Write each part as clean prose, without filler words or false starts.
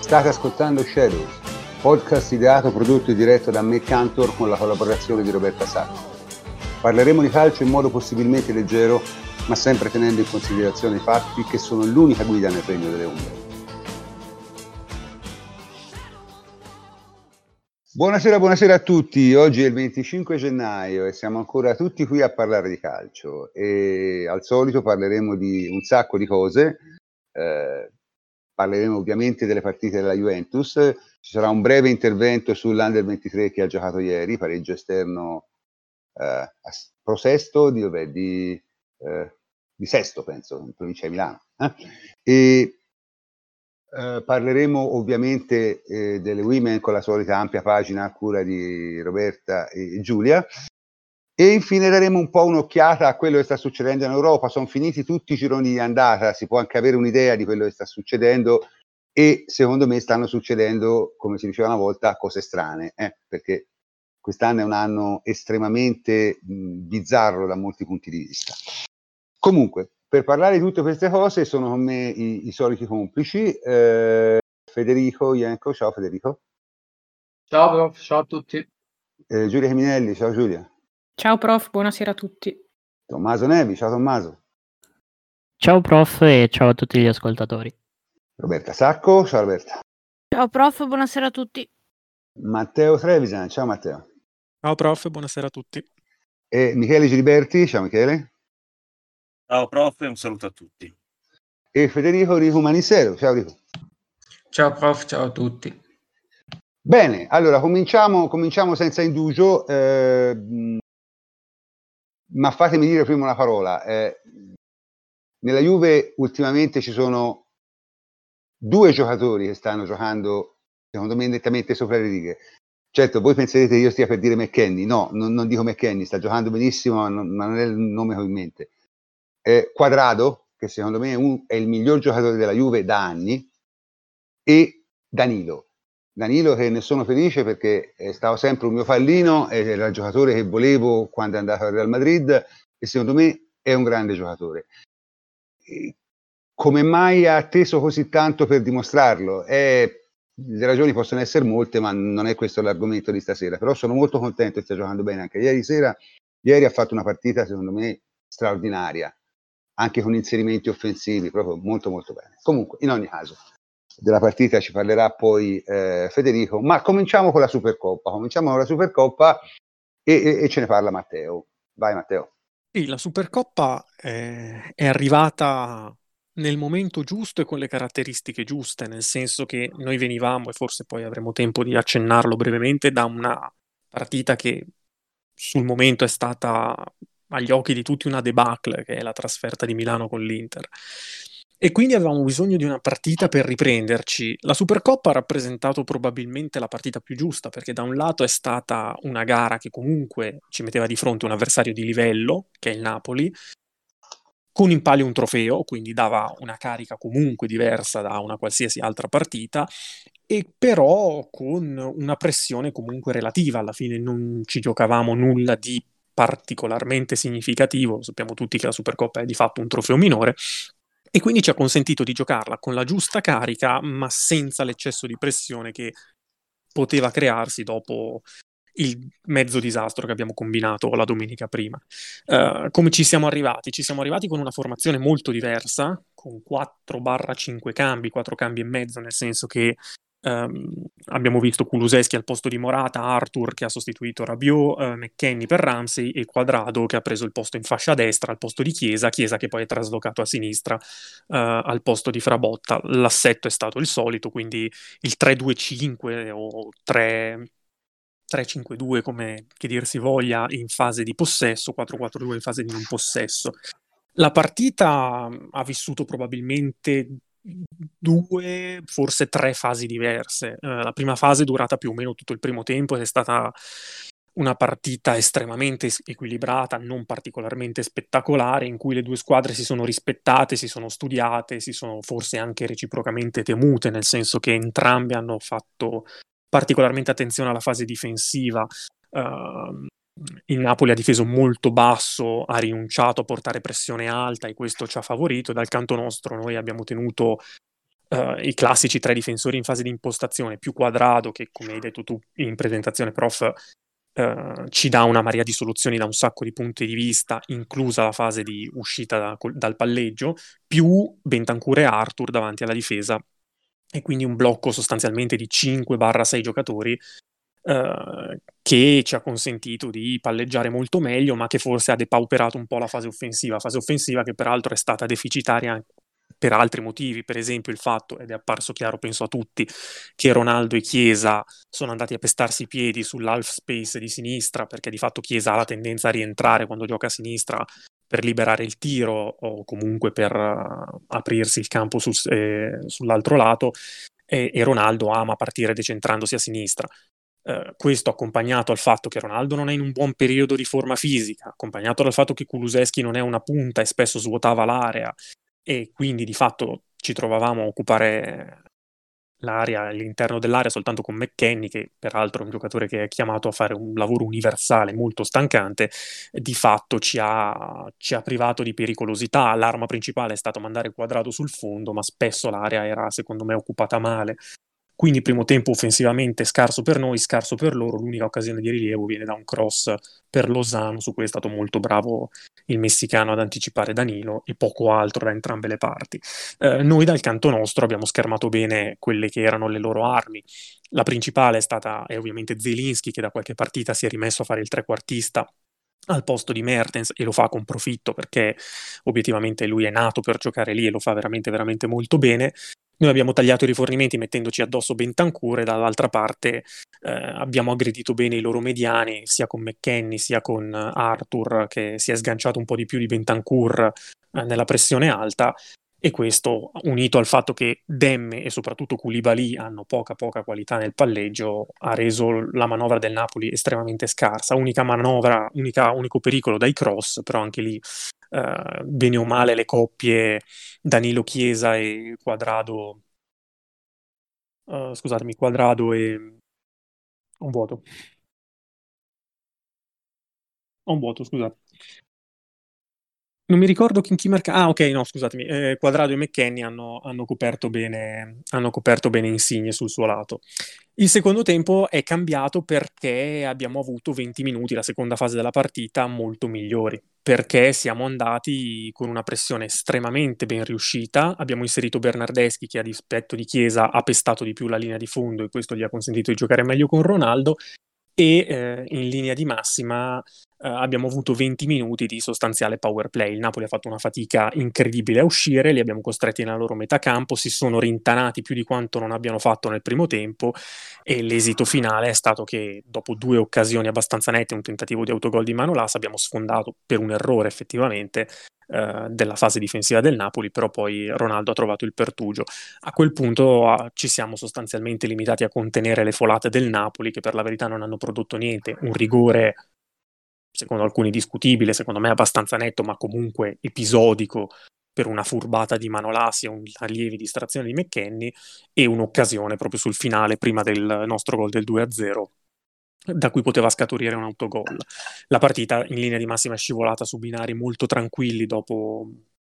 State ascoltando Shadows, podcast ideato, prodotto e diretto da me, Cantor, con la collaborazione di Roberta Sacco. Parleremo di calcio in modo possibilmente leggero, ma sempre tenendo in considerazione i fatti che sono l'unica guida nel regno delle ombre. Buonasera a tutti. Oggi è il 25 gennaio e siamo ancora tutti qui a parlare di calcio e al solito parleremo di un sacco di cose. Parleremo ovviamente delle partite della Juventus. Ci sarà un breve intervento sull'Under 23 che ha giocato ieri, pareggio esterno a Prosesto di Sesto, penso, in provincia di Milano. Parleremo ovviamente delle Women con la solita ampia pagina a cura di Roberta e Giulia, e infine daremo un po' un'occhiata a quello che sta succedendo in Europa. Sono finiti tutti i gironi di andata, si può anche avere un'idea di quello che sta succedendo e secondo me stanno succedendo, come si diceva una volta, cose strane, perché quest'anno è un anno estremamente bizzarro da molti punti di vista. Comunque, per parlare di tutte queste cose sono con me i soliti complici, Federico Ienco. Ciao Federico. Ciao prof, ciao a tutti. Giulia Caminelli, ciao Giulia. Ciao prof, buonasera a tutti. Tommaso Nevi, ciao Tommaso. Ciao prof e ciao a tutti gli ascoltatori. Roberta Sacco, ciao Roberta. Ciao prof, buonasera a tutti. Matteo Trevisan, ciao Matteo. Ciao prof, buonasera a tutti. E Michele Giliberti, ciao Michele. Ciao prof e un saluto a tutti. E Federico Rico Manissero, ciao Rico. Ciao prof, ciao a tutti. Bene, allora cominciamo senza indugio, ma fatemi dire prima una parola. Nella Juve ultimamente ci sono due giocatori che stanno giocando, secondo me, nettamente sopra le righe. Certo, voi penserete che io stia per dire McKennie. No, non dico McKennie, sta giocando benissimo, ma non è il nome che ho in mente. Quadrado, che secondo me è il miglior giocatore della Juve da anni, e Danilo, che ne sono felice perché è stato sempre un mio pallino, era il giocatore che volevo quando è andato al Real Madrid e secondo me è un grande giocatore. Come mai ha atteso così tanto per dimostrarlo? Le ragioni possono essere molte, ma non è questo l'argomento di stasera, però sono molto contento che stia giocando bene anche ieri ha fatto una partita secondo me straordinaria, anche con inserimenti offensivi, proprio molto molto bene. Comunque, in ogni caso, della partita ci parlerà poi Federico, ma cominciamo con la Supercoppa e ce ne parla Matteo. Vai Matteo. Sì, la Supercoppa è arrivata nel momento giusto e con le caratteristiche giuste, nel senso che noi venivamo, e forse poi avremo tempo di accennarlo brevemente, da una partita che sul momento è stata agli occhi di tutti una debacle, che è la trasferta di Milano con l'Inter. E quindi avevamo bisogno di una partita per riprenderci. La Supercoppa ha rappresentato probabilmente la partita più giusta, perché da un lato è stata una gara che comunque ci metteva di fronte un avversario di livello, che è il Napoli, con in palio un trofeo, quindi dava una carica comunque diversa da una qualsiasi altra partita, e però con una pressione comunque relativa. Alla fine non ci giocavamo nulla di particolarmente significativo, sappiamo tutti che la Supercoppa è di fatto un trofeo minore, e quindi ci ha consentito di giocarla con la giusta carica, ma senza l'eccesso di pressione che poteva crearsi dopo il mezzo disastro che abbiamo combinato la domenica prima. Come ci siamo arrivati? Ci siamo arrivati con una formazione molto diversa, con 4/5 cambi, 4 cambi e mezzo, nel senso che abbiamo visto Kulusevski al posto di Morata, Arthur che ha sostituito Rabiot, McKennie per Ramsey e Quadrado che ha preso il posto in fascia destra al posto di Chiesa che poi è traslocato a sinistra al posto di Frabotta. L'assetto è stato il solito, quindi il 3-2-5 o 3-5-2, come che dir si voglia, in fase di possesso, 4-4-2 in fase di non possesso. La partita ha vissuto probabilmente 2, forse 3 fasi diverse. La prima fase è durata più o meno tutto il primo tempo ed è stata una partita estremamente equilibrata, non particolarmente spettacolare, in cui le due squadre si sono rispettate, si sono studiate, si sono forse anche reciprocamente temute, nel senso che entrambi hanno fatto particolarmente attenzione alla fase difensiva. Il Napoli ha difeso molto basso, ha rinunciato a portare pressione alta e questo ci ha favorito. Dal canto nostro noi abbiamo tenuto i classici 3 difensori in fase di impostazione, più Quadrado, che come hai detto tu in presentazione, prof, ci dà una marea di soluzioni da un sacco di punti di vista, inclusa la fase di uscita dal palleggio, più Bentancur e Arthur davanti alla difesa, e quindi un blocco sostanzialmente di 5-6 giocatori che ci ha consentito di palleggiare molto meglio, ma che forse ha depauperato un po' la fase offensiva che peraltro è stata deficitaria per altri motivi, per esempio il fatto, ed è apparso chiaro penso a tutti, che Ronaldo e Chiesa sono andati a pestarsi i piedi sull'half space di sinistra, perché di fatto Chiesa ha la tendenza a rientrare quando gioca a sinistra per liberare il tiro o comunque per aprirsi il campo sull'altro lato, e Ronaldo ama partire decentrandosi a sinistra. Questo accompagnato al fatto che Ronaldo non è in un buon periodo di forma fisica, accompagnato dal fatto che Kulusevski non è una punta e spesso svuotava l'area, e quindi di fatto ci trovavamo a occupare l'area, all'interno dell'area soltanto con McKennie, che peraltro è un giocatore che è chiamato a fare un lavoro universale molto stancante, di fatto ci ha privato di pericolosità. L'arma principale è stato mandare Quadrado sul fondo, ma spesso l'area era secondo me occupata male. Quindi primo tempo offensivamente scarso per noi, scarso per loro. L'unica occasione di rilievo viene da un cross per Lozano, su cui è stato molto bravo il messicano ad anticipare Danilo, e poco altro da entrambe le parti. Noi dal canto nostro abbiamo schermato bene quelle che erano le loro armi. La principale è ovviamente Zelinski, che da qualche partita si è rimesso a fare il trequartista al posto di Mertens, e lo fa con profitto, perché obiettivamente lui è nato per giocare lì e lo fa veramente veramente molto bene. Noi abbiamo tagliato i rifornimenti mettendoci addosso Bentancur, e dall'altra parte abbiamo aggredito bene i loro mediani, sia con McKennie sia con Arthur, che si è sganciato un po' di più di Bentancur nella pressione alta, e questo, unito al fatto che Demme e soprattutto Koulibaly hanno poca qualità nel palleggio, ha reso la manovra del Napoli estremamente scarsa. Unico pericolo dai cross, però anche lì bene o male le coppie Danilo Chiesa e Quadrado, Quadrado e un vuoto, scusate. Non mi ricordo chi marca. Ah, ok, no, scusatemi. Quadrado e McKennie hanno coperto bene Insigne sul suo lato. Il secondo tempo è cambiato perché abbiamo avuto 20 minuti, la seconda fase della partita, molto migliori, perché siamo andati con una pressione estremamente ben riuscita. Abbiamo inserito Bernardeschi, che a dispetto di Chiesa ha pestato di più la linea di fondo, e questo gli ha consentito di giocare meglio con Ronaldo. E in linea di massima abbiamo avuto 20 minuti di sostanziale power play. Il Napoli ha fatto una fatica incredibile a uscire, li abbiamo costretti nella loro metà campo, si sono rintanati più di quanto non abbiano fatto nel primo tempo, e l'esito finale è stato che dopo 2 occasioni abbastanza nette, un tentativo di autogol di Manolas, abbiamo sfondato per un errore effettivamente della fase difensiva del Napoli, però poi Ronaldo ha trovato il pertugio. A quel punto ci siamo sostanzialmente limitati a contenere le folate del Napoli, che per la verità non hanno prodotto niente. Un rigore, secondo alcuni discutibile, secondo me abbastanza netto, ma comunque episodico, per una furbata di Manolas e una lieve distrazione di McKennie, e un'occasione proprio sul finale, prima del nostro gol del 2-0, da cui poteva scaturire un autogol. La partita in linea di massima è scivolata su binari molto tranquilli dopo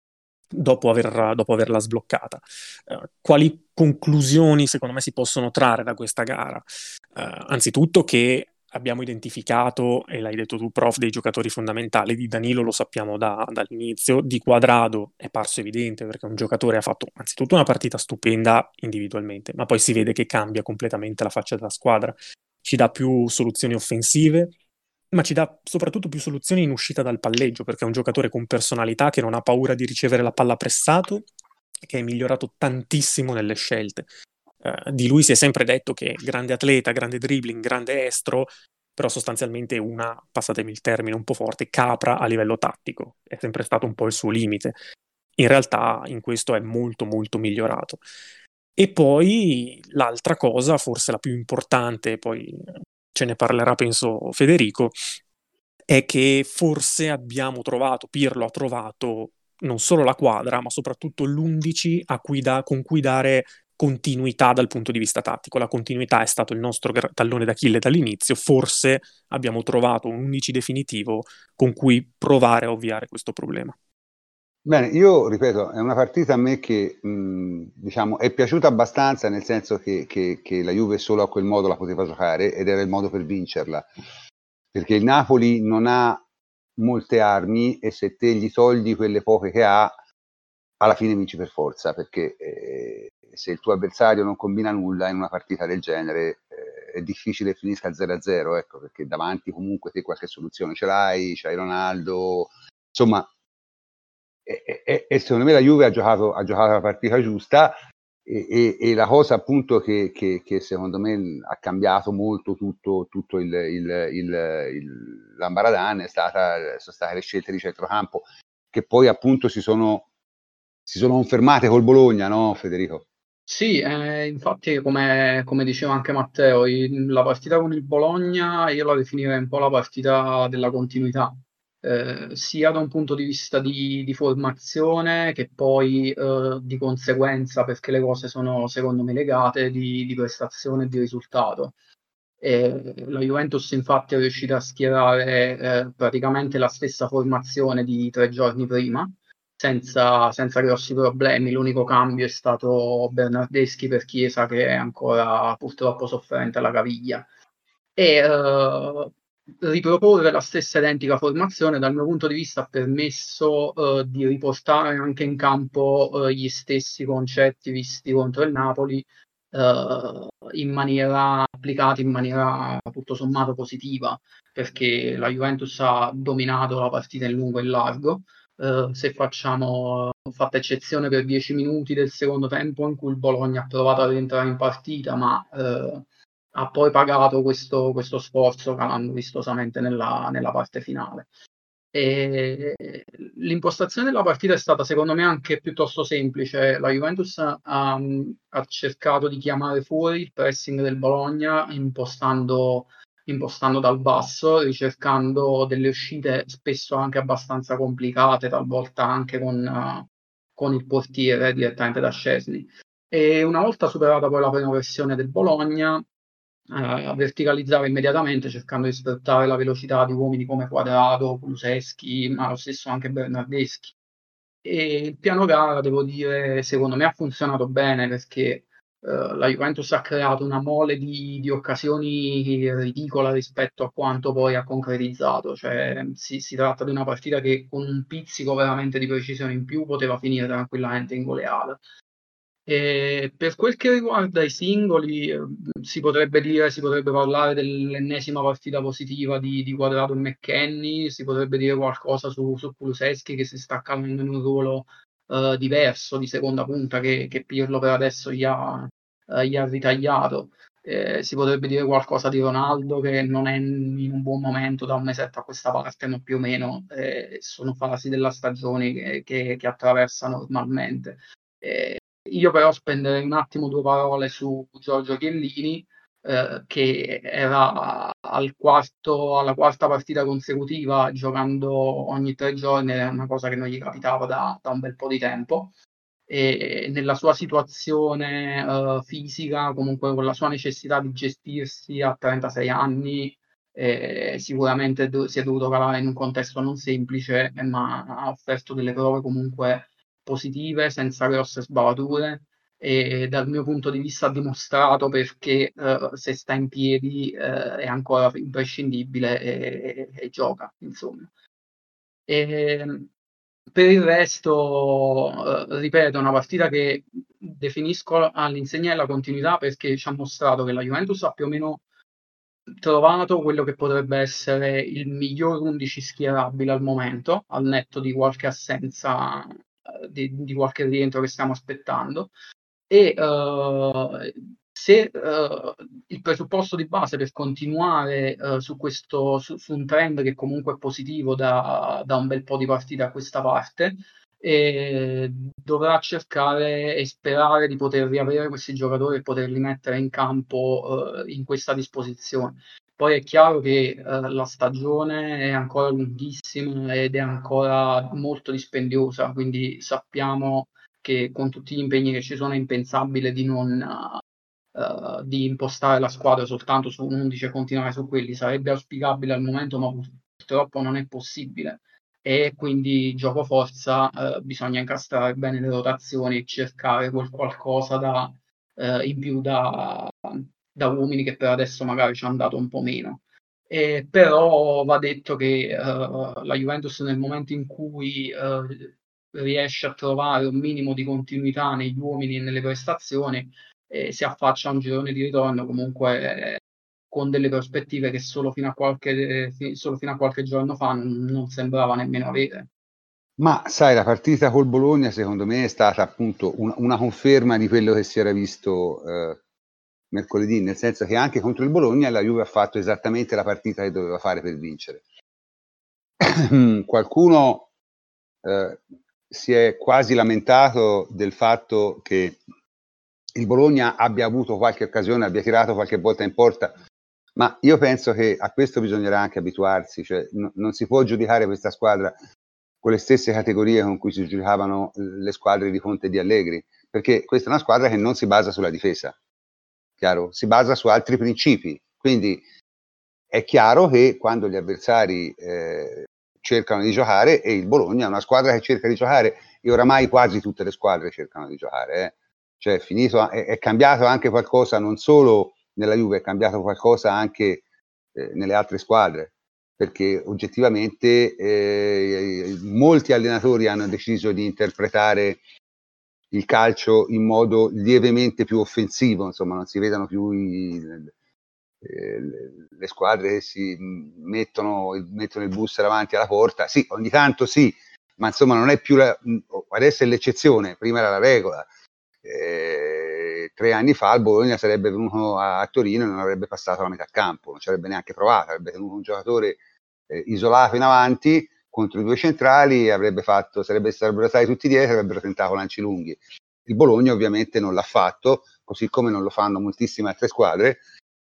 averla sbloccata. Quali conclusioni secondo me si possono trarre da questa gara? Anzitutto che abbiamo identificato, e l'hai detto tu prof, dei giocatori fondamentali. Di Danilo lo sappiamo dall'inizio, di Quadrado è parso evidente, perché un giocatore ha fatto anzitutto una partita stupenda individualmente, ma poi si vede che cambia completamente la faccia della squadra. Ci dà più soluzioni offensive, ma ci dà soprattutto più soluzioni in uscita dal palleggio, perché è un giocatore con personalità, che non ha paura di ricevere la palla pressato, che è migliorato tantissimo nelle scelte. Di lui si è sempre detto che grande atleta, grande dribbling, grande estro, però sostanzialmente passatemi il termine un po' forte, capra a livello tattico. È sempre stato un po' il suo limite. In realtà in questo è molto molto migliorato. E poi l'altra cosa, forse la più importante, poi ce ne parlerà penso Federico, è che forse Pirlo ha trovato non solo la quadra, ma soprattutto l'11 con cui dare continuità dal punto di vista tattico. La continuità è stato il nostro tallone d'Achille dall'inizio. Forse abbiamo trovato un 11 definitivo con cui provare a ovviare questo problema. Bene, io ripeto, è una partita a me che diciamo è piaciuta abbastanza, nel senso che la Juve solo a quel modo la poteva giocare ed era il modo per vincerla, perché il Napoli non ha molte armi e se te gli togli quelle poche che ha, alla fine vinci per forza, perché se il tuo avversario non combina nulla in una partita del genere è difficile finisca 0-0, ecco, perché davanti comunque te qualche soluzione ce l'hai, c'hai Ronaldo, insomma. E secondo me la Juve ha giocato la partita giusta e la cosa appunto che secondo me ha cambiato molto tutto l'ambaradan sono state le scelte di centrocampo che poi appunto si sono confermate col Bologna, no Federico? Sì, infatti come diceva anche Matteo, la partita con il Bologna io la definirei un po' la partita della continuità, sia da un punto di vista di formazione che poi di conseguenza, perché le cose sono secondo me legate, di prestazione e di risultato. La Juventus infatti è riuscita a schierare praticamente la stessa formazione di 3 giorni prima, senza grossi problemi. L'unico cambio è stato Bernardeschi per Chiesa, che è ancora purtroppo sofferente alla caviglia. E riproporre la stessa identica formazione dal mio punto di vista ha permesso di riportare anche in campo gli stessi concetti visti contro il Napoli, applicati in maniera tutto sommato positiva, perché la Juventus ha dominato la partita in lungo e in largo. Se fatta eccezione per 10 minuti del secondo tempo in cui il Bologna ha provato ad entrare in partita, ma ha poi pagato questo sforzo calando vistosamente nella parte finale. E l'impostazione della partita è stata secondo me anche piuttosto semplice. La Juventus ha cercato di chiamare fuori il pressing del Bologna impostando dal basso, ricercando delle uscite spesso anche abbastanza complicate, talvolta anche con il portiere direttamente da Szczesny. E una volta superata poi la prima versione del Bologna, a verticalizzare immediatamente cercando di sfruttare la velocità di uomini come Quadrado, Kulusevski, ma lo stesso anche Bernardeschi. E il piano gara, devo dire, secondo me ha funzionato bene perché la Juventus ha creato una mole di occasioni ridicola rispetto a quanto poi ha concretizzato. Cioè, si tratta di una partita che con un pizzico veramente di precisione in più poteva finire tranquillamente in goleada. E per quel che riguarda i singoli, si potrebbe parlare dell'ennesima partita positiva di Quadrado e McKennie, si potrebbe dire qualcosa su Kulusevski che si sta calando in un ruolo diverso di seconda punta che Pirlo per adesso gli ha ritagliato. Si potrebbe dire qualcosa di Ronaldo che non è in un buon momento da un mesetto a questa parte, ma più o meno sono fasi della stagione che attraversa normalmente. Io però spenderei un attimo 2 parole su Giorgio Chiellini, che era alla quarta partita consecutiva giocando ogni 3 giorni, è una cosa che non gli capitava da un bel po' di tempo. E nella sua situazione fisica, comunque con la sua necessità di gestirsi a 36 anni, sicuramente si è dovuto calare in un contesto non semplice, ma ha offerto delle prove comunque positive, senza grosse sbavature e dal mio punto di vista ha dimostrato perché se sta in piedi è ancora imprescindibile e gioca, insomma. Per il resto, ripeto, è una partita che definisco all'insegna della continuità perché ci ha mostrato che la Juventus ha più o meno trovato quello che potrebbe essere il miglior 11 schierabile al momento, al netto di qualche assenza, di qualche rientro che stiamo aspettando. E se il presupposto di base per continuare su un trend che comunque è positivo da un bel po' di partite a questa parte, dovrà cercare e sperare di poter riavere questi giocatori e poterli mettere in campo in questa disposizione. Poi è chiaro che la stagione è ancora lunghissima ed è ancora molto dispendiosa, quindi sappiamo che con tutti gli impegni che ci sono è impensabile di impostare la squadra soltanto su un 11 e continuare su quelli. Sarebbe auspicabile al momento, ma purtroppo non è possibile. e quindi gioco forza bisogna incastrare bene le rotazioni e cercare qualcosa in più da uomini che per adesso magari ci hanno dato un po' meno. Però va detto che la Juventus nel momento in cui riesce a trovare un minimo di continuità negli uomini e nelle prestazioni, si affaccia a un girone di ritorno comunque con delle prospettive che solo fino a qualche giorno fa non sembrava nemmeno avere. Ma sai, la partita col Bologna secondo me è stata appunto una conferma di quello che si era visto mercoledì, nel senso che anche contro il Bologna la Juve ha fatto esattamente la partita che doveva fare per vincere. Qualcuno si è quasi lamentato del fatto che il Bologna abbia avuto qualche occasione, abbia tirato qualche volta in porta, ma io penso che a questo bisognerà anche abituarsi, cioè non si può giudicare questa squadra con le stesse categorie con cui si giudicavano le squadre di Conte e di Allegri, perché questa è una squadra che non si basa sulla difesa, chiaro? Si basa su altri principi, quindi è chiaro che quando gli avversari cercano di giocare, e il Bologna è una squadra che cerca di giocare, e oramai quasi tutte le squadre cercano di giocare, cioè è cambiato anche qualcosa non solo nella Juve, è cambiato qualcosa anche nelle altre squadre, perché oggettivamente molti allenatori hanno deciso di interpretare il calcio in modo lievemente più offensivo, insomma non si vedono più le squadre che si mettono il bus davanti alla porta. Sì, ogni tanto sì, ma insomma non è più adesso è l'eccezione, prima era la regola. 3 anni fa il Bologna sarebbe venuto a Torino e non avrebbe passato la metà campo, non ci avrebbe neanche provato, avrebbe tenuto un giocatore isolato in avanti contro i 2 centrali, sarebbero stati tutti dietro, avrebbero tentato lanci lunghi. Il Bologna ovviamente non l'ha fatto, così come non lo fanno moltissime altre squadre,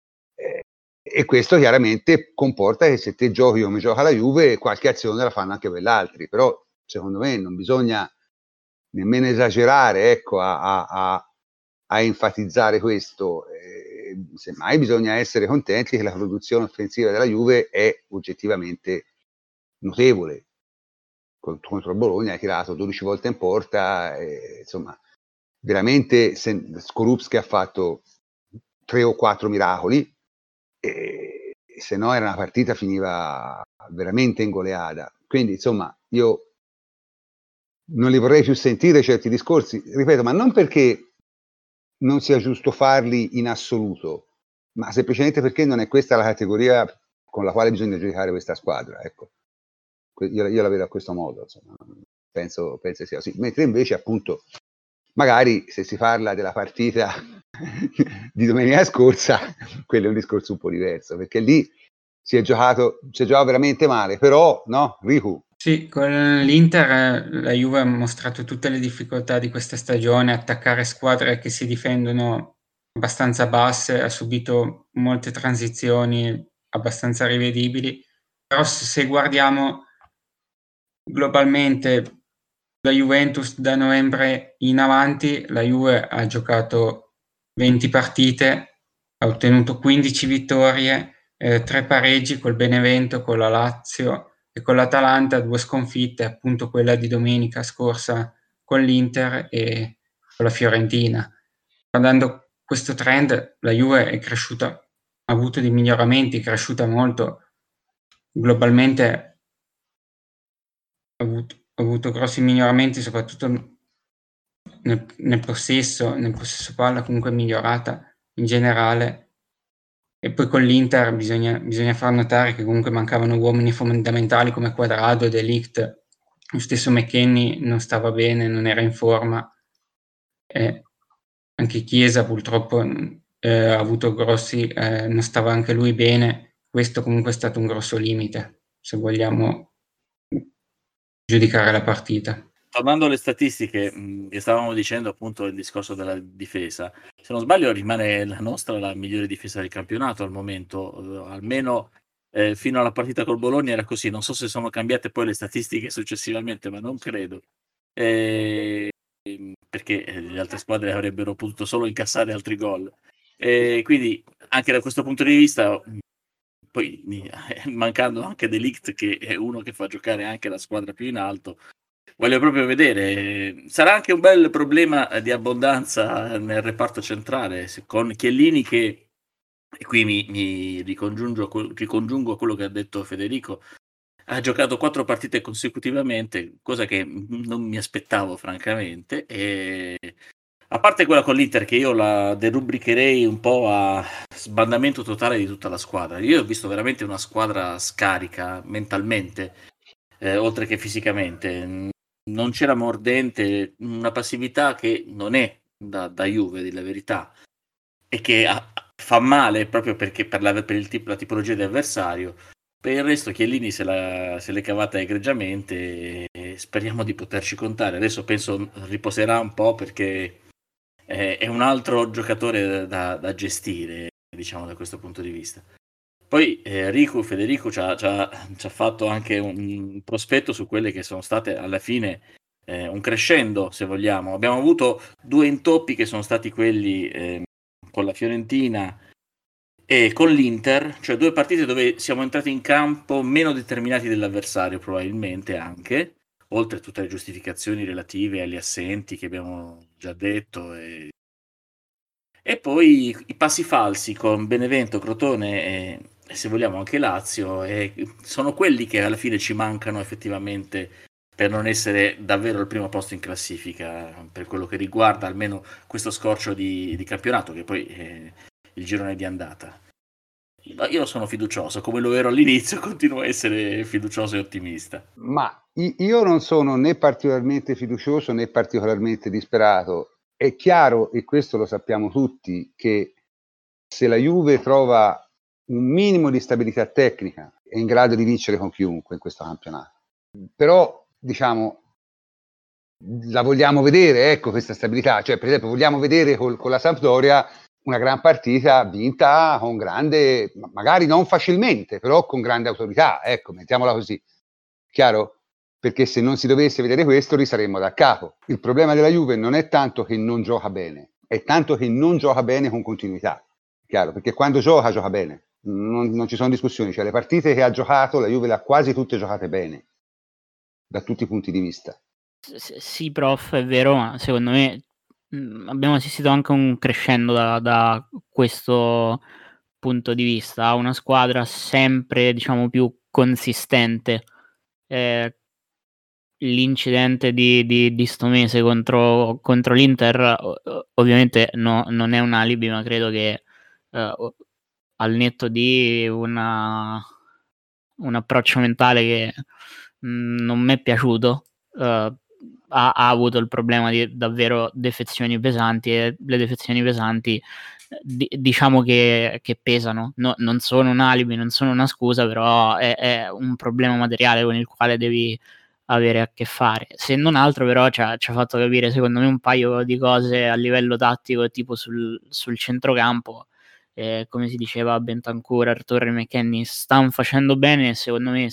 e questo chiaramente comporta che se te giochi come gioca la Juve, qualche azione la fanno anche quell'altri, però secondo me non bisogna nemmeno esagerare, ecco, a enfatizzare questo. Semmai bisogna essere contenti che la produzione offensiva della Juve è oggettivamente notevole. Contro il Bologna hai tirato 12 volte in porta, insomma veramente Skorupski ha fatto 3 o 4 miracoli, e se no era una partita finiva veramente ingoleata. Quindi insomma io non li vorrei più sentire certi discorsi, ripeto, ma non perché non sia giusto farli in assoluto, ma semplicemente perché non è questa la categoria con la quale bisogna giudicare questa squadra, ecco. Io la vedo a questo modo, insomma. Penso sia così. Mentre invece appunto magari se si parla della partita di domenica scorsa, quello è un discorso un po' diverso, perché lì si è giocato veramente male, però no, Riku. Sì, con l'Inter la Juve ha mostrato tutte le difficoltà di questa stagione, attaccare squadre che si difendono abbastanza basse, ha subito molte transizioni abbastanza rivedibili, però se guardiamo globalmente la Juventus da novembre in avanti, la Juve ha giocato 20 partite, ha ottenuto 15 vittorie, 3 pareggi col Benevento, con la Lazio e con l'Atalanta, 2 sconfitte, appunto quella di domenica scorsa con l'Inter e con la Fiorentina. Guardando questo trend, la Juve è cresciuta, ha avuto dei miglioramenti, è cresciuta molto. Globalmente ha avuto grossi miglioramenti, soprattutto nel possesso palla, comunque è migliorata in generale. E poi con l'Inter bisogna far notare che comunque mancavano uomini fondamentali come Quadrado e De Ligt. Lo stesso McKennie non stava bene, non era in forma. Anche Chiesa purtroppo ha avuto non stava anche lui bene. Questo comunque è stato un grosso limite, se vogliamo giudicare la partita. Tornando alle statistiche, che stavamo dicendo appunto il discorso della difesa, se non sbaglio rimane la nostra la migliore difesa del campionato al momento, almeno fino alla partita col Bologna era così, non so se sono cambiate poi le statistiche successivamente, ma non credo, perché le altre squadre avrebbero potuto solo incassare altri gol, quindi anche da questo punto di vista poi mancando anche De Ligt, che è uno che fa giocare anche la squadra più in alto, voglio proprio vedere. Sarà anche un bel problema di abbondanza nel reparto centrale, con Chiellini che, e qui mi ricongiungo a quello che ha detto Federico, ha giocato 4 partite consecutivamente, cosa che non mi aspettavo francamente, e a parte quella con l'Inter che io la derubricherei un po' a sbandamento totale di tutta la squadra. Io ho visto veramente una squadra scarica mentalmente, oltre che fisicamente. Non c'era mordente, una passività che non è da Juve, di la verità, e che fa male proprio perché per la tipologia di avversario. Per il resto Chiellini se l'è cavata egregiamente e speriamo di poterci contare. Adesso penso riposerà un po' perché è un altro giocatore da gestire, diciamo, da questo punto di vista. Poi Federico ci ha fatto anche un prospetto su quelle che sono state alla fine un crescendo, se vogliamo. Abbiamo avuto 2 intoppi che sono stati quelli con la Fiorentina e con l'Inter, cioè 2 partite dove siamo entrati in campo meno determinati dell'avversario, probabilmente anche, oltre a tutte le giustificazioni relative agli assenti che abbiamo già detto. E poi i passi falsi con Benevento, Crotone e se vogliamo anche Lazio, sono quelli che alla fine ci mancano effettivamente per non essere davvero al primo posto in classifica, per quello che riguarda almeno questo scorcio di campionato, che poi è il girone di andata. Ma io sono fiducioso, come lo ero all'inizio, continuo a essere fiducioso e ottimista. Ma io non sono né particolarmente fiducioso né particolarmente disperato. È chiaro, e questo lo sappiamo tutti, che se la Juve trova un minimo di stabilità tecnica è in grado di vincere con chiunque in questo campionato. Però, diciamo, la vogliamo vedere, ecco, questa stabilità. Cioè, per esempio, vogliamo vedere con la Sampdoria una gran partita vinta con grande, magari non facilmente, però con grande autorità, ecco, mettiamola così. Chiaro? Perché se non si dovesse vedere questo risaremmo da capo. Il problema della Juve non è tanto che non gioca bene, è tanto che non gioca bene con continuità. Chiaro? Perché quando gioca bene, non ci sono discussioni. Cioè, le partite che ha giocato la Juve le ha quasi tutte giocate bene, da tutti i punti di vista. Sì, prof, è vero, ma secondo me abbiamo assistito anche a un crescendo da questo punto di vista, una squadra sempre, diciamo, più consistente. L'incidente di sto mese contro l'Inter ovviamente non è un alibi, ma credo che al netto di un approccio mentale che non m'è piaciuto, ha avuto il problema di davvero defezioni pesanti, e le defezioni pesanti diciamo che pesano. Non sono un alibi, non sono una scusa, però è un problema materiale con il quale devi avere a che fare. Se non altro però ci ha fatto capire secondo me un paio di cose a livello tattico, tipo sul centrocampo. Come si diceva a Bentancur, Arthur e McKennie stan facendo bene, secondo me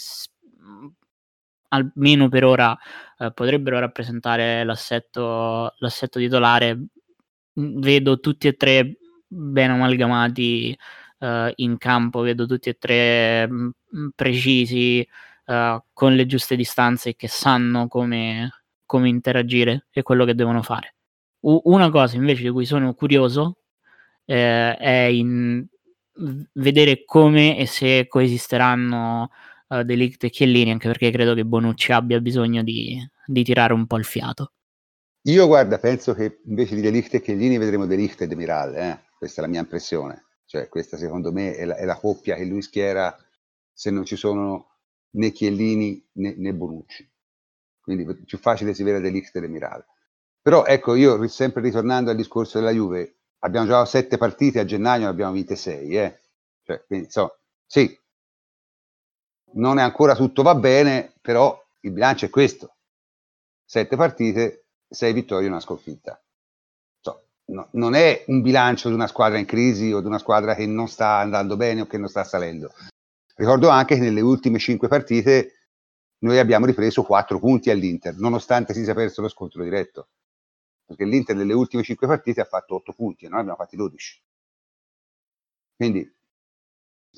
almeno per ora potrebbero rappresentare l'assetto titolare. Vedo tutti e 3 ben amalgamati in campo, vedo tutti e 3 precisi, con le giuste distanze, che sanno come interagire e quello che devono fare. Una cosa invece di cui sono curioso è vedere come e se coesisteranno De Ligt e Chiellini, anche perché credo che Bonucci abbia bisogno di tirare un po' il fiato. Io guarda, penso che invece di De Ligt e Chiellini vedremo De Ligt e Demiral, questa è la mia impressione. Cioè, questa secondo me è la coppia che lui schiera se non ci sono né Chiellini né Bonucci. Quindi più facile si vede De Ligt e Demiral. Però ecco, io sempre ritornando al discorso della Juve, abbiamo giocato 7 partite, a gennaio ne abbiamo vinte 6, Cioè, quindi, sì, non è ancora tutto va bene, però il bilancio è questo. 7 partite, 6 vittorie e una sconfitta. Non è un bilancio di una squadra in crisi o di una squadra che non sta andando bene o che non sta salendo. Ricordo anche che nelle ultime 5 partite noi abbiamo ripreso 4 punti all'Inter, nonostante si sia perso lo scontro diretto. Perché l'Inter nelle ultime 5 partite ha fatto 8 punti e noi abbiamo fatti 12. Quindi, insomma,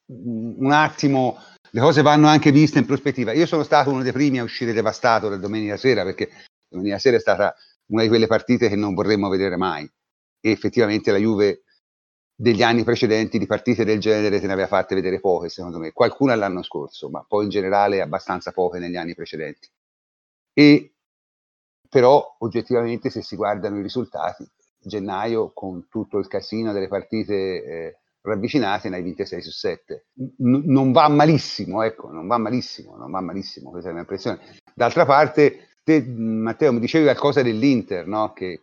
un attimo, le cose vanno anche viste in prospettiva. Io sono stato uno dei primi a uscire devastato da domenica sera, perché domenica sera è stata una di quelle partite che non vorremmo vedere mai, e effettivamente la Juve degli anni precedenti di partite del genere se ne aveva fatte vedere poche, secondo me, qualcuna l'anno scorso, ma poi in generale abbastanza poche negli anni precedenti. E però oggettivamente, se si guardano i risultati, gennaio con tutto il casino delle partite ravvicinate, ne hai vinte 6 su 7. Non va malissimo, ecco, non va malissimo, questa è la mia impressione. D'altra parte, te, Matteo, mi dicevi qualcosa dell'Inter, no? Che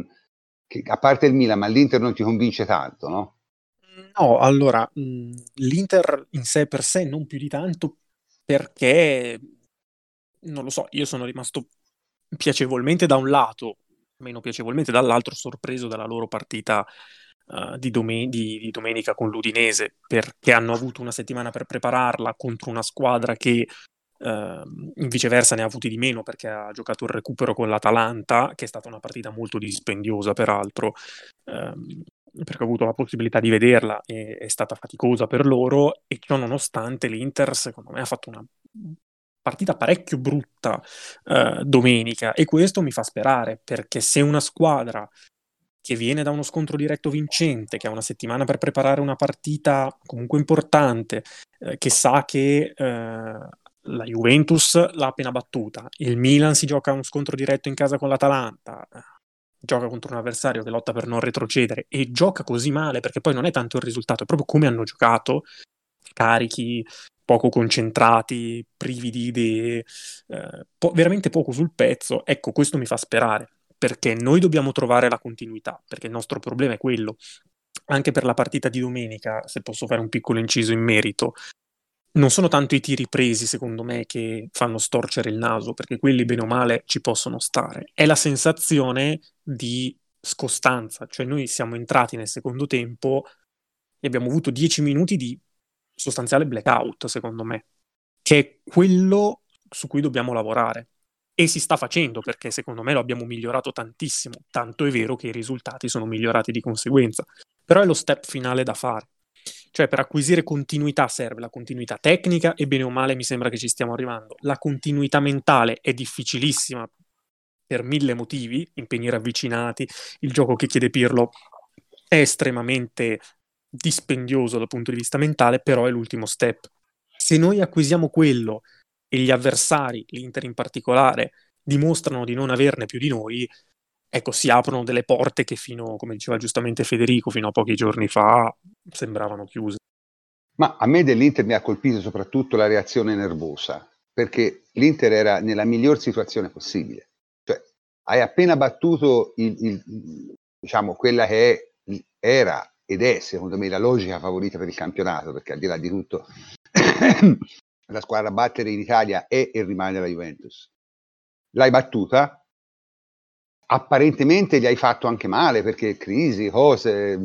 a parte il Milan, ma l'Inter non ti convince tanto, no? No, allora, l'Inter in sé per sé non più di tanto, perché, non lo so, io sono rimasto piacevolmente da un lato, meno piacevolmente dall'altro, sorpreso dalla loro partita di domenica con l'Udinese, perché hanno avuto una settimana per prepararla contro una squadra che viceversa ne ha avuti di meno, perché ha giocato il recupero con l'Atalanta, che è stata una partita molto dispendiosa peraltro, perché ho avuto la possibilità di vederla e è stata faticosa per loro, e ciò nonostante l'Inter secondo me ha fatto una partita parecchio brutta domenica, e questo mi fa sperare, perché se una squadra che viene da uno scontro diretto vincente, che ha una settimana per preparare una partita comunque importante, che sa che la Juventus l'ha appena battuta, il Milan si gioca uno scontro diretto in casa con l'Atalanta, gioca contro un avversario che lotta per non retrocedere e gioca così male, perché poi non è tanto il risultato, è proprio come hanno giocato, carichi, poco concentrati, privi di idee, veramente poco sul pezzo. Ecco, questo mi fa sperare, perché noi dobbiamo trovare la continuità, perché il nostro problema è quello. Anche per la partita di domenica, se posso fare un piccolo inciso in merito, non sono tanto i tiri presi, secondo me, che fanno storcere il naso, perché quelli bene o male ci possono stare. È la sensazione di scostanza, cioè noi siamo entrati nel secondo tempo e abbiamo avuto 10 minuti di sostanziale blackout, secondo me, che è quello su cui dobbiamo lavorare. E si sta facendo, perché secondo me lo abbiamo migliorato tantissimo, tanto è vero che i risultati sono migliorati di conseguenza. Però è lo step finale da fare. Cioè, per acquisire continuità serve la continuità tecnica, e bene o male mi sembra che ci stiamo arrivando. La continuità mentale è difficilissima per 1000 motivi, impegni ravvicinati, il gioco che chiede Pirlo è estremamente dispendioso dal punto di vista mentale, però è l'ultimo step. Se noi acquisiamo quello e gli avversari, l'Inter in particolare, dimostrano di non averne più di noi, ecco, si aprono delle porte che fino, come diceva giustamente Federico, fino a pochi giorni fa sembravano chiuse. Ma a me dell'Inter mi ha colpito soprattutto la reazione nervosa, perché l'Inter era nella miglior situazione possibile. Cioè, hai appena battuto diciamo, quella che era ed è, secondo me, la logica favorita per il campionato, perché al di là di tutto la squadra a battere in Italia è e rimane la Juventus. L'hai battuta, apparentemente gli hai fatto anche male, perché crisi, cose,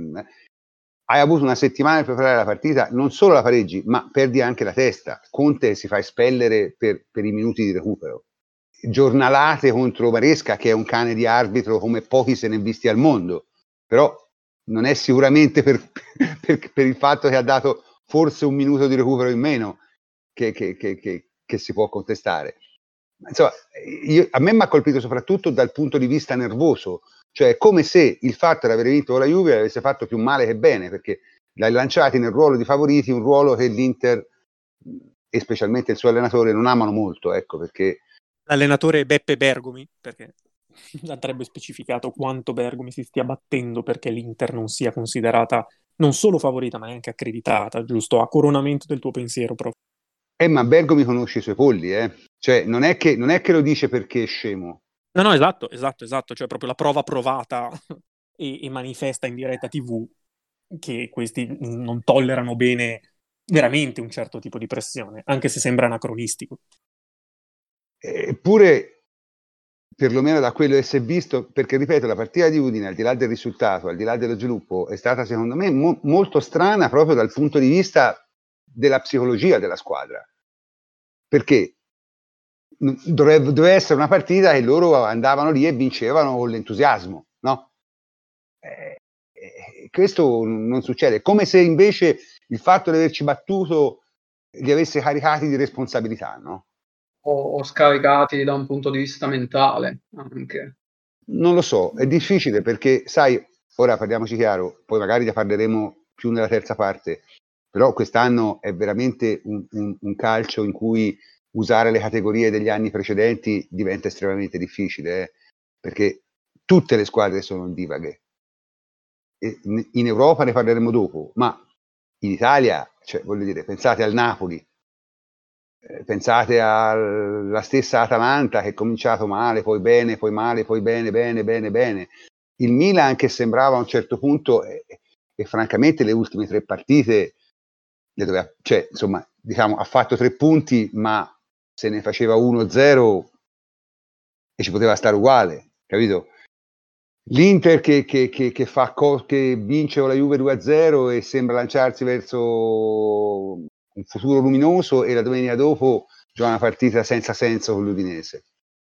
hai avuto una settimana per preparare la partita, non solo la pareggi, ma perdi anche la testa. Conte si fa espellere per i minuti di recupero. Giornalate contro Maresca, che è un cane di arbitro come pochi se ne è visti al mondo, però non è sicuramente per il fatto che ha dato forse un minuto di recupero in meno che si può contestare. Insomma, a me mi ha colpito soprattutto dal punto di vista nervoso, cioè come se il fatto di aver vinto con la Juve avesse fatto più male che bene, perché l'hai lanciati nel ruolo di favoriti, un ruolo che l'Inter e specialmente il suo allenatore non amano molto, ecco, perché l'allenatore è Beppe Bergomi, perché andrebbe specificato quanto Bergomi si stia battendo perché l'Inter non sia considerata non solo favorita ma anche accreditata, giusto? A coronamento del tuo pensiero, prof. Ma Bergomi conosce i suoi polli, cioè non è che lo dice perché è scemo. No, esatto, cioè proprio la prova provata e manifesta in diretta TV che questi non tollerano bene veramente un certo tipo di pressione, anche se sembra anacronistico. Eppure, perlomeno da quello che si è visto, perché ripeto, la partita di Udine, al di là del risultato, al di là dello sviluppo, è stata secondo me molto strana proprio dal punto di vista della psicologia della squadra, perché doveva essere una partita che loro andavano lì e vincevano con l'entusiasmo, no? Questo non succede, come se invece il fatto di averci battuto li avesse caricati di responsabilità, no? O scaricati da un punto di vista mentale anche. Non lo so, è difficile perché, sai, ora parliamoci chiaro, poi magari ne parleremo più nella terza parte, però quest'anno è veramente un calcio in cui usare le categorie degli anni precedenti diventa estremamente difficile, perché tutte le squadre sono divaghe. E in Europa ne parleremo dopo, ma in Italia, cioè, voglio dire, pensate al Napoli, pensate alla stessa Atalanta che è cominciato male, poi bene, poi male, poi bene, bene, bene, bene. Il Milan che sembrava a un certo punto, e francamente le ultime 3 partite, cioè, insomma, diciamo, ha fatto 3 punti, ma se ne faceva 1-0 e ci poteva stare uguale, capito? L'Inter che vince con la Juve 2-0 e sembra lanciarsi verso un futuro luminoso, e la domenica dopo gioca una partita senza senso con l'Udinese.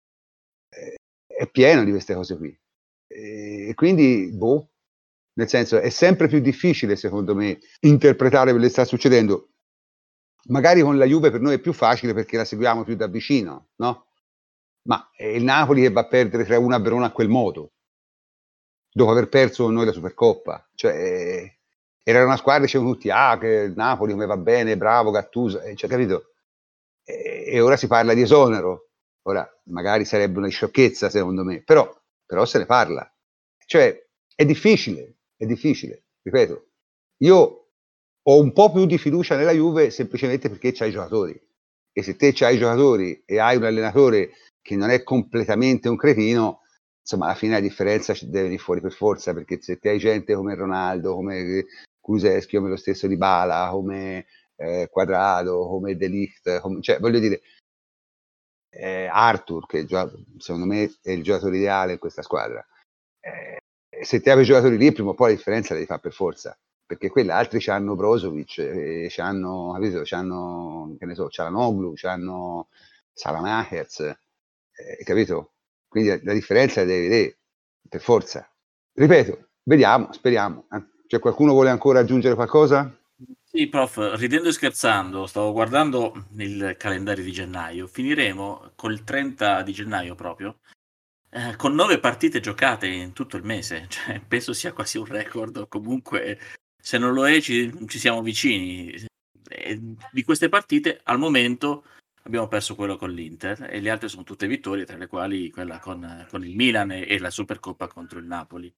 È pieno di queste cose qui. E quindi, nel senso, è sempre più difficile, secondo me, interpretare quello che sta succedendo. Magari con la Juve per noi è più facile perché la seguiamo più da vicino, no? Ma è il Napoli che va a perdere 3-1 a Verona a quel modo, dopo aver perso con noi la Supercoppa. Cioè, era una squadra, dicevano tutti, che il Napoli come va bene, bravo, Gattuso, cioè, capito? E ora si parla di esonero. Ora, magari sarebbe una sciocchezza, secondo me, però se ne parla. Cioè, è difficile, ripeto. Io ho un po' più di fiducia nella Juve semplicemente perché c'hai i giocatori. E se te c'hai i giocatori e hai un allenatore che non è completamente un cretino, insomma, alla fine la differenza ci deve venire fuori per forza, perché se te hai gente come Ronaldo, come Kulusevski, come lo stesso Dybala, come Quadrado, come De Ligt, cioè, voglio dire, Arthur, che secondo me è il giocatore ideale in questa squadra. Se te hai i giocatori lì, prima o poi la differenza la devi fare per forza, perché quelli altri c'hanno Brozovic, c'hanno, che ne so, Çalhanoğlu, c'hanno Salamakers, capito? Quindi la differenza la devi vedere per forza. Ripeto, vediamo, speriamo. C'è qualcuno vuole ancora aggiungere qualcosa? Sì, prof, ridendo e scherzando, stavo guardando il calendario di gennaio. Finiremo col 30 di gennaio proprio, con 9 partite giocate in tutto il mese. Cioè, penso sia quasi un record. Comunque, se non lo è, ci siamo vicini. E di queste partite, al momento, abbiamo perso quello con l'Inter e le altre sono tutte vittorie, tra le quali quella con il Milan e la Supercoppa contro il Napoli.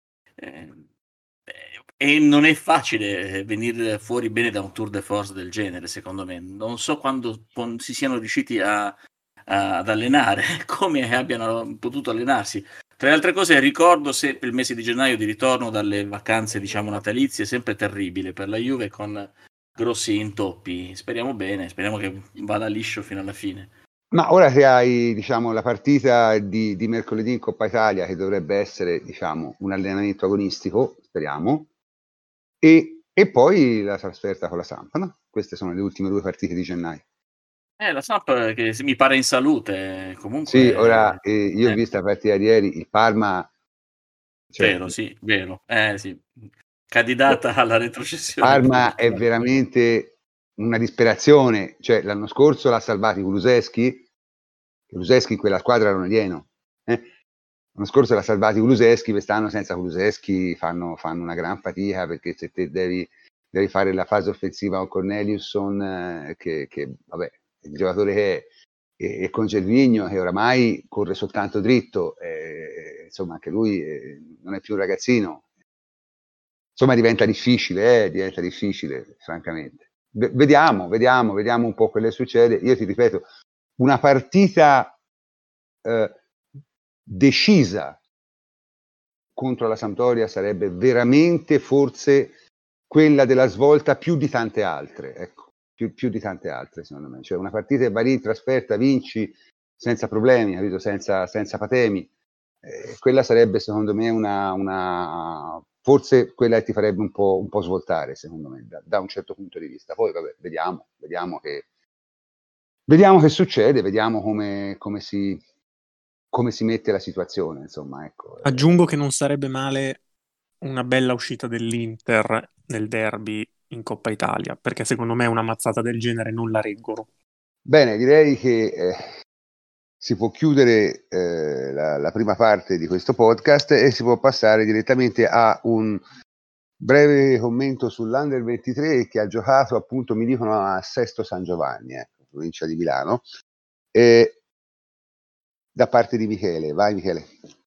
E non è facile venire fuori bene da un tour de force del genere, secondo me. Non so quando si siano riusciti ad allenare, come abbiano potuto allenarsi. Tra le altre cose, ricordo sempre il mese di gennaio di ritorno dalle vacanze, diciamo, natalizie, sempre terribile per la Juve, con grossi intoppi. Speriamo bene, speriamo che vada liscio fino alla fine. Ma ora che hai, diciamo, la partita di mercoledì in Coppa Italia, che dovrebbe essere, diciamo, un allenamento agonistico, speriamo, e poi la trasferta con la Samp, no? Queste sono le ultime 2 partite di gennaio. La Samp che mi pare in salute, comunque. Sì, ora io ho visto la partita di ieri, il Parma. Cioè, Vero, sì, vero. Sì. Candidata alla retrocessione. Parma è veramente una disperazione. Cioè, l'anno scorso l'ha salvato Kulusevski in quella squadra era un alieno. L'anno scorso l'ha salvato Kulusevski, quest'anno senza Kulusevski fanno una gran fatica, perché se te devi fare la fase offensiva con Corneliusson, che vabbè, il giocatore che è, e con Gervinho che oramai corre soltanto dritto, insomma anche lui non è più un ragazzino, insomma diventa difficile, francamente. Vediamo un po' quello che succede. Io ti ripeto, una partita decisa contro la Sampdoria sarebbe veramente forse quella della svolta più di tante altre, ecco, più di tante altre secondo me. Cioè una partita che vai in trasferta, vinci senza problemi, capito? Senza patemi. Quella sarebbe secondo me forse quella che ti farebbe un po' svoltare, secondo me, da un certo punto di vista. Poi vabbè, vediamo che succede, vediamo come si mette la situazione, insomma, ecco. Aggiungo che non sarebbe male una bella uscita dell'Inter nel derby in Coppa Italia, perché secondo me una mazzata del genere non la reggono. Bene, direi che si può chiudere la prima parte di questo podcast e si può passare direttamente a un breve commento sull'Under 23 che ha giocato, appunto, mi dicono, a Sesto San Giovanni, provincia di Milano, da parte di Michele. Vai Michele.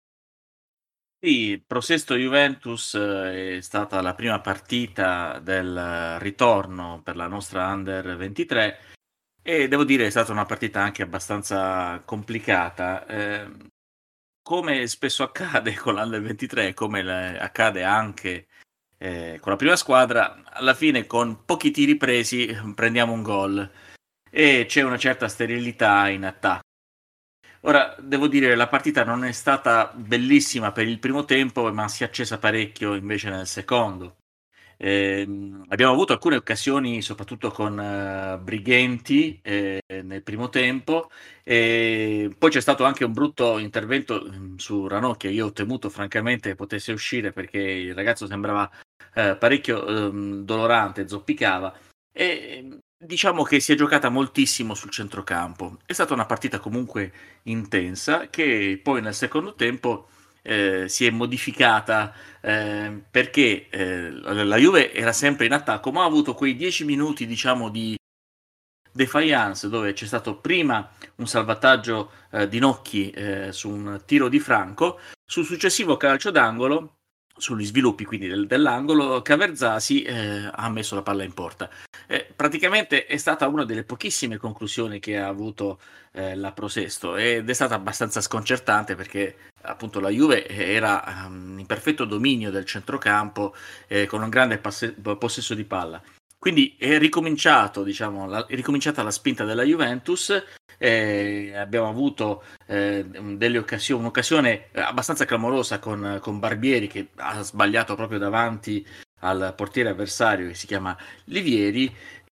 Sì, Pro-Sesto Juventus è stata la prima partita del ritorno per la nostra Under 23 e devo dire è stata una partita anche abbastanza complicata. Come spesso accade con l'Under 23, come accade anche con la prima squadra, alla fine con pochi tiri presi prendiamo un gol e c'è una certa sterilità in attacco. Ora, devo dire, la partita non è stata bellissima per il primo tempo, ma si è accesa parecchio invece nel secondo. Abbiamo avuto alcune occasioni, soprattutto con Brighenti nel primo tempo, e poi c'è stato anche un brutto intervento su Ranocchia. Io ho temuto francamente potesse uscire perché il ragazzo sembrava parecchio dolorante, zoppicava, e diciamo che si è giocata moltissimo sul centrocampo. È stata una partita comunque intensa che poi nel secondo tempo si è modificata perché la Juve era sempre in attacco, ma ha avuto quei 10 minuti, diciamo, di defiance dove c'è stato prima un salvataggio di Nocchi su un tiro di Franco, sul successivo calcio d'angolo, sugli sviluppi quindi dell'angolo, Caverzasi ha messo la palla in porta. Praticamente è stata una delle pochissime conclusioni che ha avuto la Pro-Sesto ed è stata abbastanza sconcertante perché appunto la Juve era in perfetto dominio del centrocampo con un grande possesso di palla. Quindi è ricominciato, diciamo, è ricominciata la spinta della Juventus. Abbiamo avuto delle occasioni, un'occasione abbastanza clamorosa con Barbieri che ha sbagliato proprio davanti al portiere avversario che si chiama Livieri,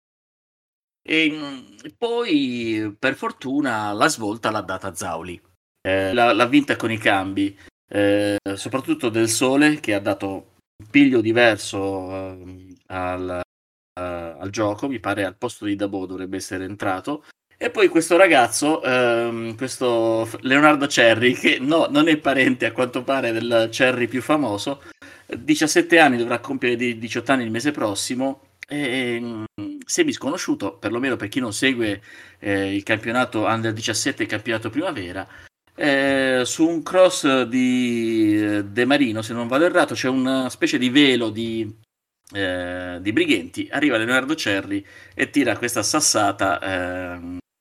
e poi per fortuna la svolta l'ha data Zauli, l'ha vinta con i cambi, soprattutto Del Sole che ha dato un piglio diverso al gioco, mi pare al posto di Dabò dovrebbe essere entrato, e poi questo ragazzo, questo Leonardo Cerri, che non è parente a quanto pare del Cerri più famoso, 17 anni, dovrà compiere 18 anni il mese prossimo, e semi sconosciuto, perlomeno per chi non segue il campionato Under 17 e il campionato primavera. Su un cross di De Marino, se non vado errato, c'è una specie di velo di Brighenti, arriva Leonardo Cerri e tira questa sassata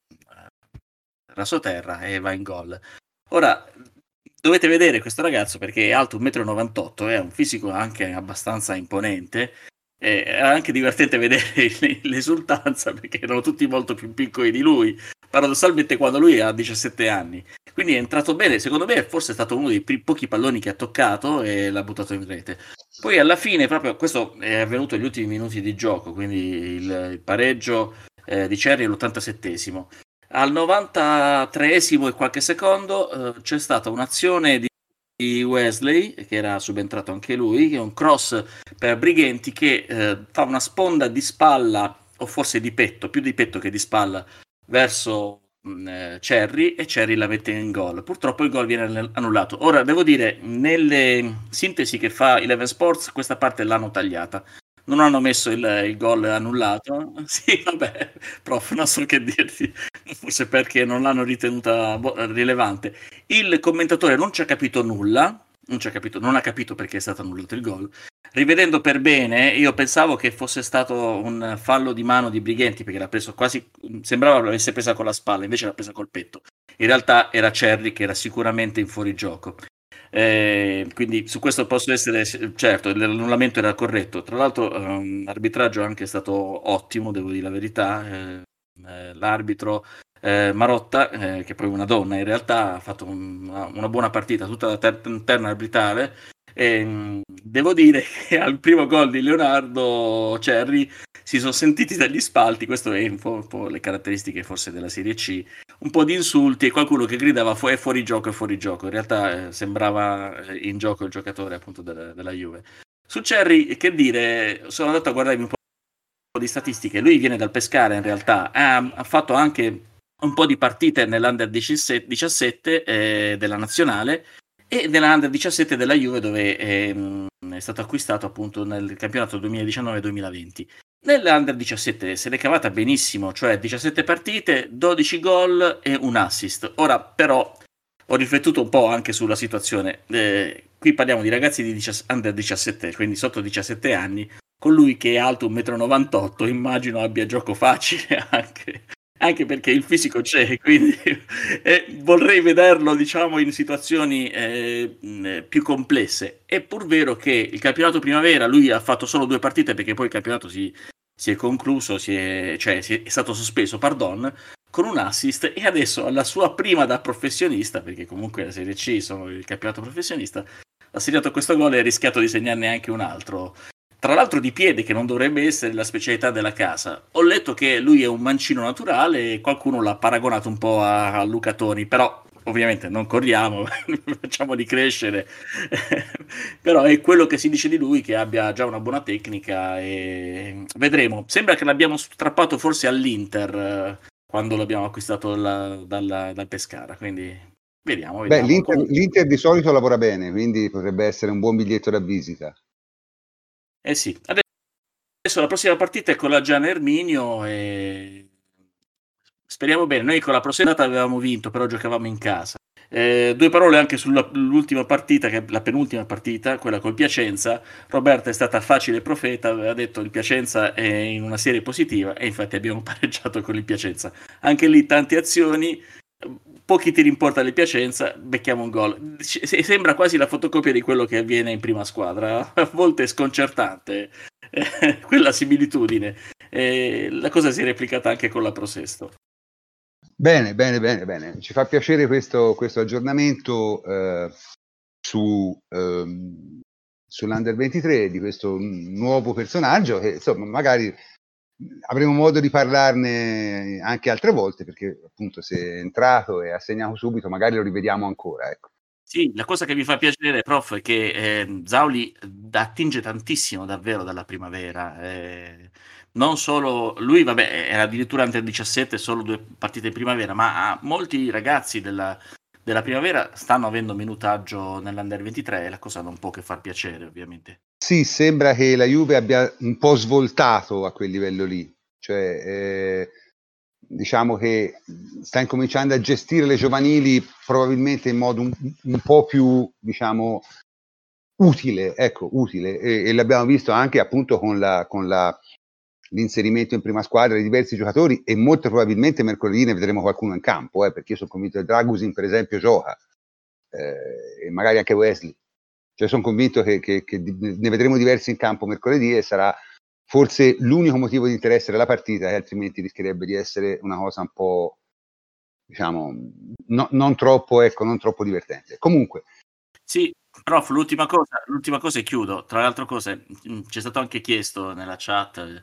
rasoterra e va in gol. Ora dovete vedere questo ragazzo perché è alto 1,98 m, è un fisico anche abbastanza imponente. È anche divertente vedere l'esultanza perché erano tutti molto più piccoli di lui, paradossalmente quando lui ha 17 anni. Quindi è entrato bene, secondo me forse è stato uno dei pochi palloni che ha toccato e l'ha buttato in rete. Poi alla fine, proprio questo è avvenuto negli ultimi minuti di gioco, quindi il pareggio di Cerri all'87esimo. Al 93esimo e qualche secondo c'è stata un'azione di Wesley, che era subentrato anche lui, che è un cross per Brighenti che fa una sponda di spalla, o forse di petto, più di petto che di spalla, verso Cerri, e Cerri la mette in gol. Purtroppo il gol viene annullato. Ora devo dire, nelle sintesi che fa Eleven Sports questa parte l'hanno tagliata, non hanno messo il gol annullato. Sì, vabbè, prof, non so che dirti, forse perché non l'hanno ritenuta rilevante. Il commentatore non ci ha capito nulla, non ha capito perché è stato annullato il gol. Rivedendo per bene, io pensavo che fosse stato un fallo di mano di Brighenti, perché l'ha preso quasi, sembrava l'avesse presa con la spalla, invece l'ha presa col petto. In realtà era Cerri che era sicuramente in fuorigioco. Quindi su questo posso essere certo, l'annullamento era corretto. Tra l'altro l'arbitraggio è anche stato ottimo, devo dire la verità. L'arbitro Marotta, che poi è una donna in realtà, ha fatto una buona partita, tutta la terna arbitrale. Devo dire che al primo gol di Leonardo Cerri si sono sentiti dagli spalti, questo è un po' le caratteristiche forse della Serie C, un po' di insulti e qualcuno che gridava è fuori gioco, è fuori gioco. In realtà sembrava in gioco il giocatore appunto della Juve. Su Cerri, che dire, sono andato a guardarmi un po' di statistiche. Lui viene dal Pescara in realtà, ha fatto anche un po' di partite nell'Under 17 della nazionale e nella Under 17 della Juve, dove è stato acquistato appunto nel campionato 2019-2020. Nell'Under 17 se l'è cavata benissimo, cioè 17 partite, 12 gol e un assist. Ora però ho riflettuto un po' anche sulla situazione. Qui parliamo di ragazzi di Under 17, quindi sotto 17 anni. Con lui che è alto 1,98 m, immagino abbia gioco facile anche perché il fisico c'è, quindi vorrei vederlo, diciamo, in situazioni più complesse. È pur vero che il campionato primavera lui ha fatto solo 2 partite, perché poi il campionato si è concluso, è stato sospeso, pardon, con un assist, e adesso alla sua prima da professionista, perché comunque la Serie C sono il campionato professionista, ha segnato questo gol e ha rischiato di segnarne anche un altro. Tra l'altro di piede, che non dovrebbe essere la specialità della casa. Ho letto che lui è un mancino naturale e qualcuno l'ha paragonato un po' a Luca Toni, però ovviamente non corriamo, facciamoli crescere. Però è quello che si dice di lui, che abbia già una buona tecnica, e vedremo. Sembra che l'abbiamo strappato forse all'Inter quando l'abbiamo acquistato dal Pescara, quindi vediamo. Beh, l'Inter di solito lavora bene, quindi potrebbe essere un buon biglietto da visita. Eh sì, adesso la prossima partita è con la Gian Erminio e speriamo bene. Noi con la prossima data avevamo vinto, però giocavamo in casa. 2 parole anche sull'ultima partita, che è la penultima partita, quella col Piacenza. Roberta è stata facile profeta, aveva detto il Piacenza è in una serie positiva, e infatti abbiamo pareggiato con il Piacenza. Anche lì tante azioni, pochi tiri in porta del Piacenza, becchiamo un gol. Sembra quasi la fotocopia di quello che avviene in prima squadra, a volte è sconcertante quella similitudine. La cosa si è replicata anche con la Pro Sesto. Bene. Ci fa piacere questo aggiornamento sull'Under 23, di questo nuovo personaggio, che insomma magari avremo modo di parlarne anche altre volte, perché appunto se è entrato e ha segnato subito, magari lo rivediamo ancora, ecco. Sì, la cosa che mi fa piacere, prof, è che Zauli attinge tantissimo davvero dalla primavera. Non solo lui, vabbè, era addirittura Under 17, solo 2 partite in primavera, ma molti ragazzi della primavera stanno avendo minutaggio nell'Under 23, e la cosa non può che far piacere, ovviamente. Sì, sembra che la Juve abbia un po' svoltato a quel livello lì, cioè diciamo che sta incominciando a gestire le giovanili probabilmente in modo un po' più, diciamo, utile, e l'abbiamo visto anche appunto con l'inserimento in prima squadra di diversi giocatori, e molto probabilmente mercoledì ne vedremo qualcuno in campo, perché io sono convinto che Dragusin per esempio gioca, e magari anche Wesley. Cioè sono convinto che ne vedremo diversi in campo mercoledì, e sarà forse l'unico motivo di interesse della partita, che altrimenti rischierebbe di essere una cosa un po', diciamo, non troppo divertente. Comunque. Sì, prof, l'ultima cosa e chiudo. Tra le altre cose, c'è stato anche chiesto nella chat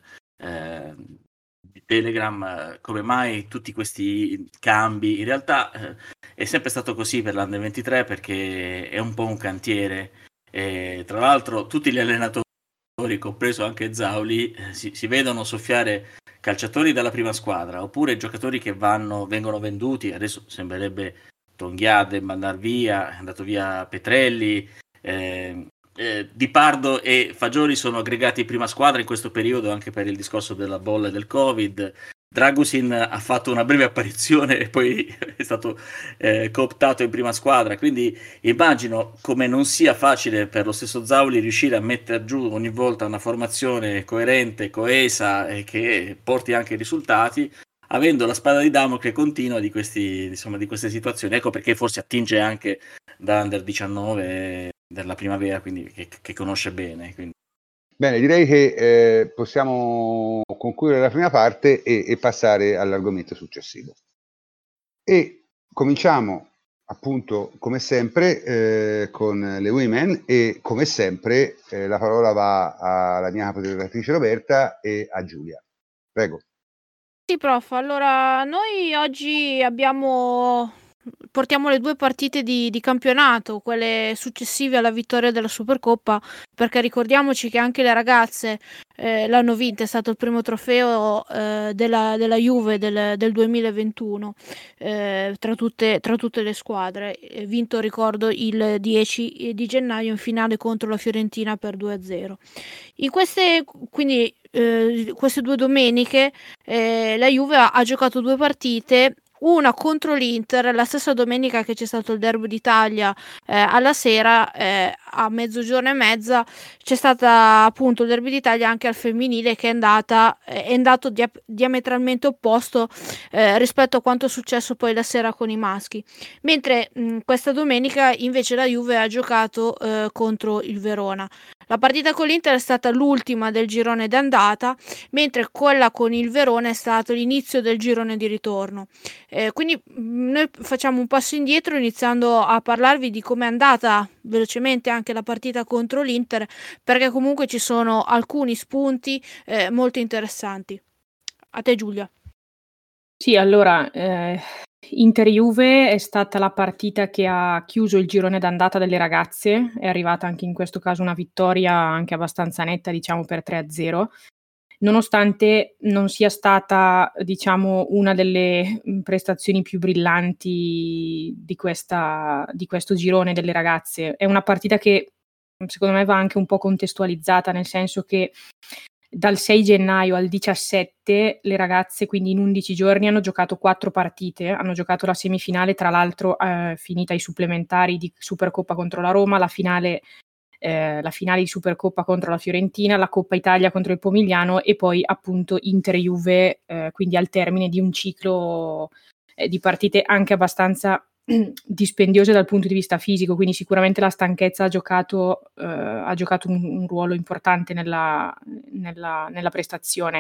di Telegram come mai tutti questi cambi. In realtà è sempre stato così per l'Under 23, perché è un po' un cantiere. Tra l'altro tutti gli allenatori, compreso anche Zauli, si vedono soffiare calciatori dalla prima squadra, oppure giocatori che vengono venduti. Adesso sembrerebbe Tonghiade mandar via, è andato via Petrelli, Di Pardo e Fagioli sono aggregati in prima squadra in questo periodo, anche per il discorso della bolla del Covid. Dragusin ha fatto una breve apparizione e poi è stato cooptato in prima squadra, quindi immagino come non sia facile per lo stesso Zauli riuscire a mettere giù ogni volta una formazione coerente, coesa e che porti anche risultati, avendo la spada di Damocle continua di queste situazioni. Ecco perché forse attinge anche da Under 19 della primavera, quindi che conosce bene. Quindi. Bene, direi che possiamo concludere la prima parte e passare all'argomento successivo. E cominciamo appunto come sempre con le women, e come sempre la parola va alla mia capodetrattrice Roberta e a Giulia. Prego. Sì, prof. Allora, noi oggi abbiamo portiamo le 2 partite di campionato, quelle successive alla vittoria della Supercoppa, perché ricordiamoci che anche le ragazze l'hanno vinta, è stato il primo trofeo della Juve del 2021 tra tutte le squadre, vinto ricordo il 10 di gennaio in finale contro la Fiorentina per 2-0. In queste 2 domeniche la Juve ha giocato 2 partite, una contro l'Inter, la stessa domenica che c'è stato il Derby d'Italia, alla sera, a mezzogiorno e mezza, c'è stata appunto il Derby d'Italia anche al femminile, che è andato diametralmente opposto rispetto a quanto è successo poi la sera con i maschi. Mentre questa domenica invece la Juve ha giocato contro il Verona. La partita con l'Inter è stata l'ultima del girone d'andata, mentre quella con il Verona è stato l'inizio del girone di ritorno. Quindi noi facciamo un passo indietro iniziando a parlarvi di come è andata velocemente anche la partita contro l'Inter, perché comunque ci sono alcuni spunti molto interessanti. A te Giulia. Sì, allora, Inter-Juve è stata la partita che ha chiuso il girone d'andata delle ragazze, è arrivata anche in questo caso una vittoria anche abbastanza netta, diciamo per 3-0, nonostante non sia stata, diciamo, una delle prestazioni più brillanti di questo girone delle ragazze. È una partita che secondo me va anche un po' contestualizzata, nel senso che dal 6 gennaio al 17 le ragazze, quindi in 11 giorni, hanno giocato 4 partite, hanno giocato la semifinale, tra l'altro finita ai supplementari di Supercoppa contro la Roma, la finale di Supercoppa contro la Fiorentina, la Coppa Italia contro il Pomigliano e poi appunto Inter-Juve, quindi al termine di un ciclo di partite anche abbastanza dispendiose dal punto di vista fisico, quindi sicuramente la stanchezza ha giocato un ruolo importante nella prestazione.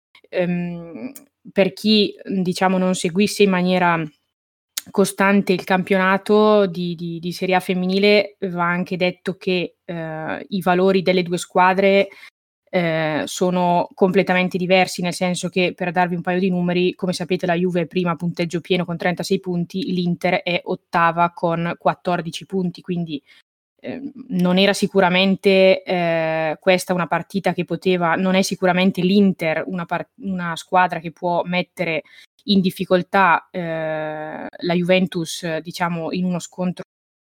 Per chi, diciamo, non seguisse in maniera costante il campionato di Serie A femminile, va anche detto che i valori delle 2 squadre sono completamente diversi, nel senso che, per darvi un paio di numeri, come sapete la Juve è prima a punteggio pieno con 36 punti, l'Inter è ottava con 14 punti, quindi non era sicuramente questa una partita che non è sicuramente l'Inter una squadra che può mettere in difficoltà la Juventus, diciamo, in uno scontro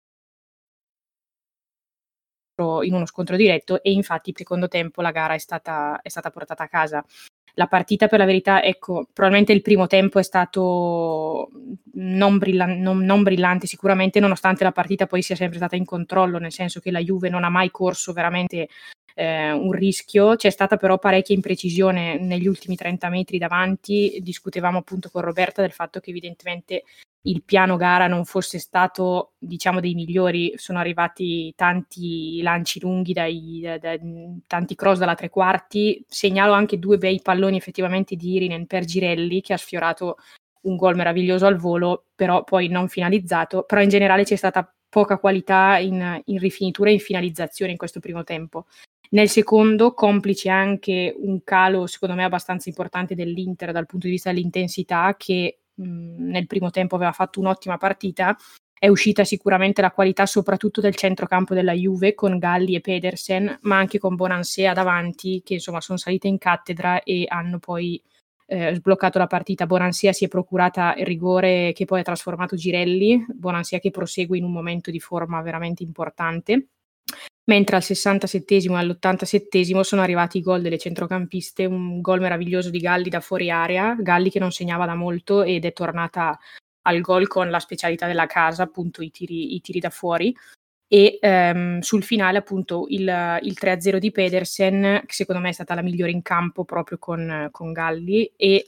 diretto, e infatti il secondo tempo la gara è stata portata a casa. La partita, per la verità, ecco, probabilmente il primo tempo è stato non brillante sicuramente, nonostante la partita poi sia sempre stata in controllo, nel senso che la Juve non ha mai corso veramente un rischio. C'è stata però parecchia imprecisione negli ultimi 30 metri davanti. Discutevamo appunto con Roberta del fatto che evidentemente il piano gara non fosse stato, diciamo, dei migliori. Sono arrivati tanti lanci lunghi, tanti cross dalla tre quarti. Segnalo anche 2 bei palloni effettivamente di Irinen per Girelli, che ha sfiorato un gol meraviglioso al volo, però poi non finalizzato. Però in generale c'è stata poca qualità in rifinitura e in finalizzazione in questo primo tempo. Nel secondo, complice anche un calo secondo me abbastanza importante dell'Inter dal punto di vista dell'intensità, che nel primo tempo aveva fatto un'ottima partita. È uscita sicuramente la qualità soprattutto del centrocampo della Juve, con Galli e Pedersen, ma anche con Bonansea davanti, che insomma sono salite in cattedra e hanno poi sbloccato la partita. Bonansea si è procurata il rigore che poi ha trasformato Girelli, Bonansea che prosegue in un momento di forma veramente importante. Mentre al 67esimo e all'87esimo sono arrivati i gol delle centrocampiste, un gol meraviglioso di Galli da fuori area, Galli che non segnava da molto ed è tornata al gol con la specialità della casa, appunto i tiri da fuori, e sul finale appunto il 3-0 di Pedersen, che secondo me è stata la migliore in campo proprio con Galli, e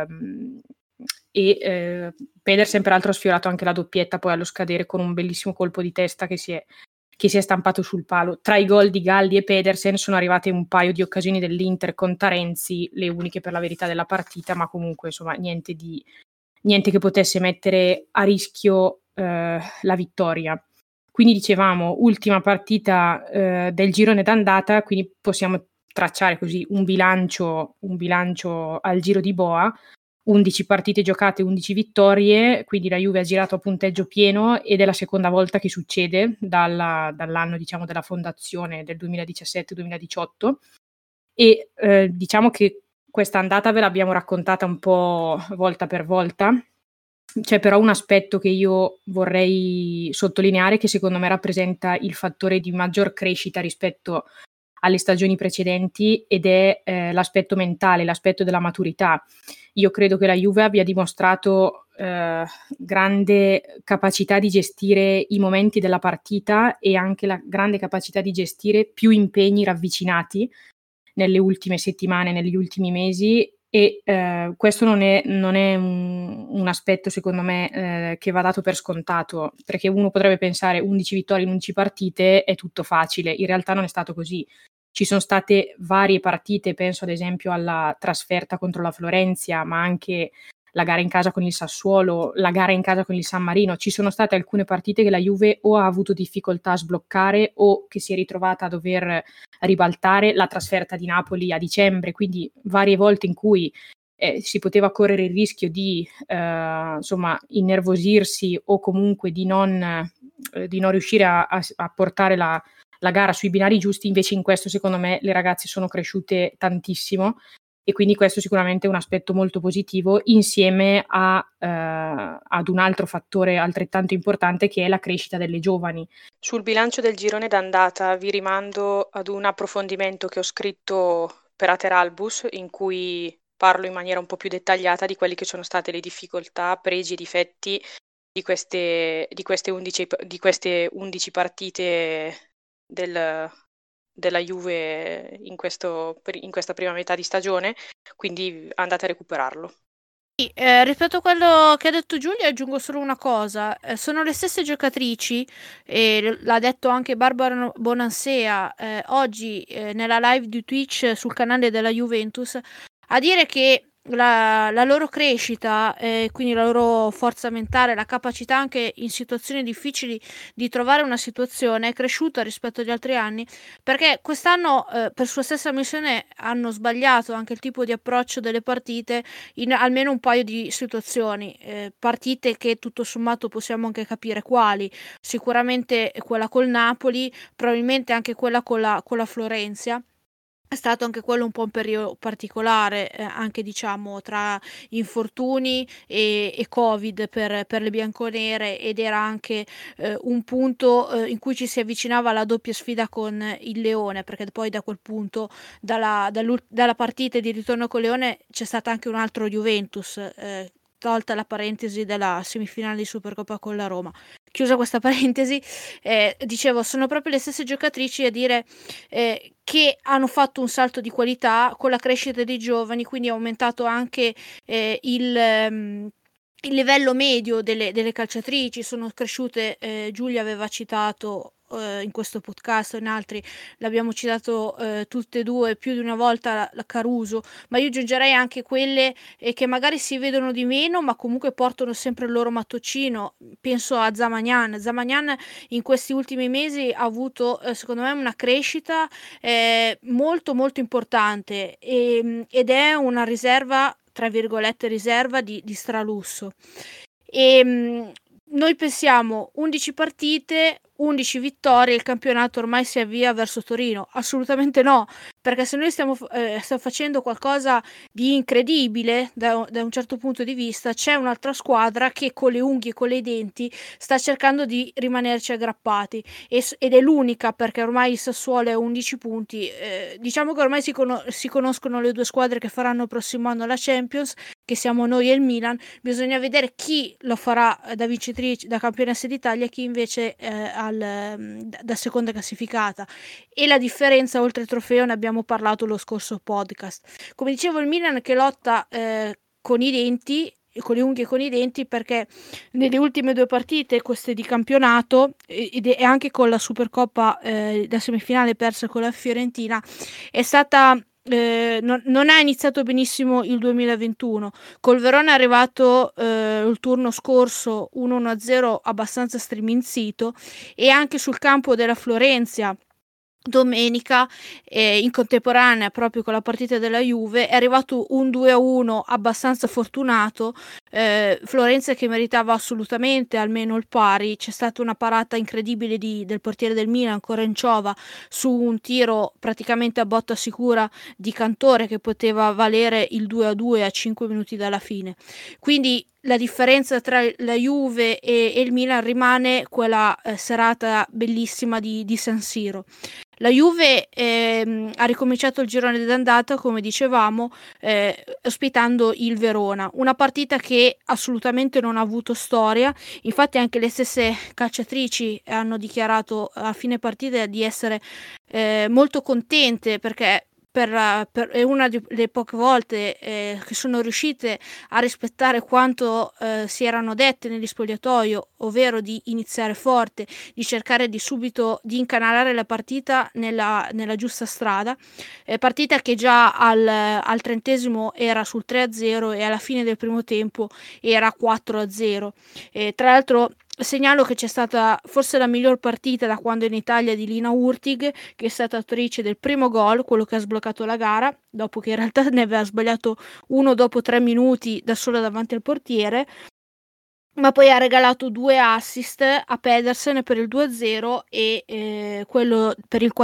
Pedersen peraltro ha sfiorato anche la doppietta poi allo scadere con un bellissimo colpo di testa che si è stampato sul palo. Tra i gol di Galli e Pedersen sono arrivate un paio di occasioni dell'Inter con Tarenzi, le uniche per la verità della partita, ma comunque insomma niente che potesse mettere a rischio la vittoria. Quindi dicevamo, ultima partita del girone d'andata, quindi possiamo tracciare così un bilancio al giro di boa, 11 partite giocate, 11 vittorie, quindi la Juve ha girato a punteggio pieno ed è la seconda volta che succede dall'anno, diciamo, della fondazione del 2017-2018 e diciamo che questa andata ve l'abbiamo raccontata un po' volta per volta. C'è però un aspetto che io vorrei sottolineare che secondo me rappresenta il fattore di maggior crescita rispetto alle stagioni precedenti ed è l'aspetto mentale, l'aspetto della maturità. Io credo che la Juve abbia dimostrato grande capacità di gestire i momenti della partita e anche la grande capacità di gestire più impegni ravvicinati nelle ultime settimane, negli ultimi mesi e questo non è un aspetto secondo me che va dato per scontato, perché uno potrebbe pensare 11 vittorie in 11 partite è tutto facile, in realtà non è stato così. Ci sono state varie partite, penso ad esempio alla trasferta contro la Florenzi, ma anche la gara in casa con il Sassuolo, la gara in casa con il San Marino. Ci sono state alcune partite che la Juve o ha avuto difficoltà a sbloccare o che si è ritrovata a dover ribaltare, la trasferta di Napoli a dicembre, quindi varie volte in cui si poteva correre il rischio di insomma innervosirsi o comunque di non riuscire a portare la gara sui binari giusti. Invece in questo secondo me le ragazze sono cresciute tantissimo e quindi questo sicuramente è un aspetto molto positivo insieme ad un altro fattore altrettanto importante che è la crescita delle giovani. Sul bilancio del girone d'andata vi rimando ad un approfondimento che ho scritto per Ateralbus in cui parlo in maniera un po' più dettagliata di quelle che sono state le difficoltà, pregi e difetti di queste 11 partite della Juve in questa prima metà di stagione, quindi andate a recuperarlo. Sì, rispetto a quello che ha detto Giulia aggiungo solo una cosa, sono le stesse giocatrici, e l'ha detto anche Barbara Bonansea oggi nella live di Twitch sul canale della Juventus, a dire che la loro crescita, quindi la loro forza mentale, la capacità anche in situazioni difficili di trovare una situazione è cresciuta rispetto agli altri anni, perché quest'anno per sua stessa missione hanno sbagliato anche il tipo di approccio delle partite in almeno un paio di situazioni, partite che tutto sommato possiamo anche capire quali, sicuramente quella col Napoli, probabilmente anche quella con la Florenzi. È stato anche quello un po' un periodo particolare, anche diciamo tra infortuni e Covid per le bianconere, ed era anche un punto in cui ci si avvicinava alla doppia sfida con il Leone, perché poi da quel punto, dalla partita di ritorno con Leone, c'è stata anche un altro Juventus, tolta la parentesi della semifinale di Supercoppa con la Roma. Chiusa questa parentesi, dicevo, sono proprio le stesse giocatrici a dire che hanno fatto un salto di qualità con la crescita dei giovani, quindi è aumentato anche il livello medio delle calciatrici, sono cresciute, Giulia aveva citato in questo podcast o in altri, l'abbiamo citato tutte e due più di una volta, la Caruso, ma io aggiungerei anche quelle che magari si vedono di meno ma comunque portano sempre il loro mattoncino. Penso a Zamagnan in questi ultimi mesi ha avuto secondo me una crescita molto molto importante ed è una riserva, tra virgolette riserva di stralusso. E noi pensiamo 11 partite, 11 vittorie, il campionato ormai si avvia verso Torino. Assolutamente no, perché se noi stiamo facendo qualcosa di incredibile da un certo punto di vista, c'è un'altra squadra che con le unghie e con le denti sta cercando di rimanerci aggrappati ed è l'unica, perché ormai il Sassuolo è a 11 punti. Diciamo che ormai si conoscono le due squadre che faranno il prossimo anno la Champions, che siamo noi e il Milan. Bisogna vedere chi lo farà da vincitrice, da campionessa d'Italia, e chi invece da seconda classificata. E la differenza oltre il trofeo ne abbiamo parlato lo scorso podcast. Come dicevo, il Milan che lotta con i denti, con le unghie e con i denti, perché nelle ultime due partite, queste di campionato e anche con la Supercoppa da semifinale persa con la Fiorentina, è stata non ha iniziato benissimo il 2021. Col Verona è arrivato il turno scorso 1-0 abbastanza striminzito, e anche sul campo della Florenzi domenica, in contemporanea proprio con la partita della Juve, è arrivato un 2-1 abbastanza fortunato. Florenza che meritava assolutamente almeno il pari. C'è stata una parata incredibile del portiere del Milan, Korencova, su un tiro praticamente a botta sicura di Cantore, che poteva valere il 2-2 a 5 minuti dalla fine. Quindi la differenza tra la Juve e il Milan rimane quella serata bellissima di San Siro. La Juve ha ricominciato il girone d'andata, come dicevamo, ospitando il Verona, una partita che assolutamente non ha avuto storia. Infatti anche le stesse calciatrici hanno dichiarato a fine partita di essere molto contente, perché è una delle poche volte che sono riuscite a rispettare quanto si erano dette negli spogliatoio, ovvero di iniziare forte, di cercare di subito di incanalare la partita nella giusta strada, partita che già al 30° era sul 3-0 e alla fine del primo tempo era 4-0. Tra l'altro segnalo che c'è stata forse la miglior partita da quando è in Italia di Lina Hurtig, che è stata autrice del primo gol, quello che ha sbloccato la gara, dopo che in realtà ne aveva sbagliato uno dopo 3 minuti da sola davanti al portiere, ma poi ha regalato 2 assist a Pedersen per il 2-0 e quello per il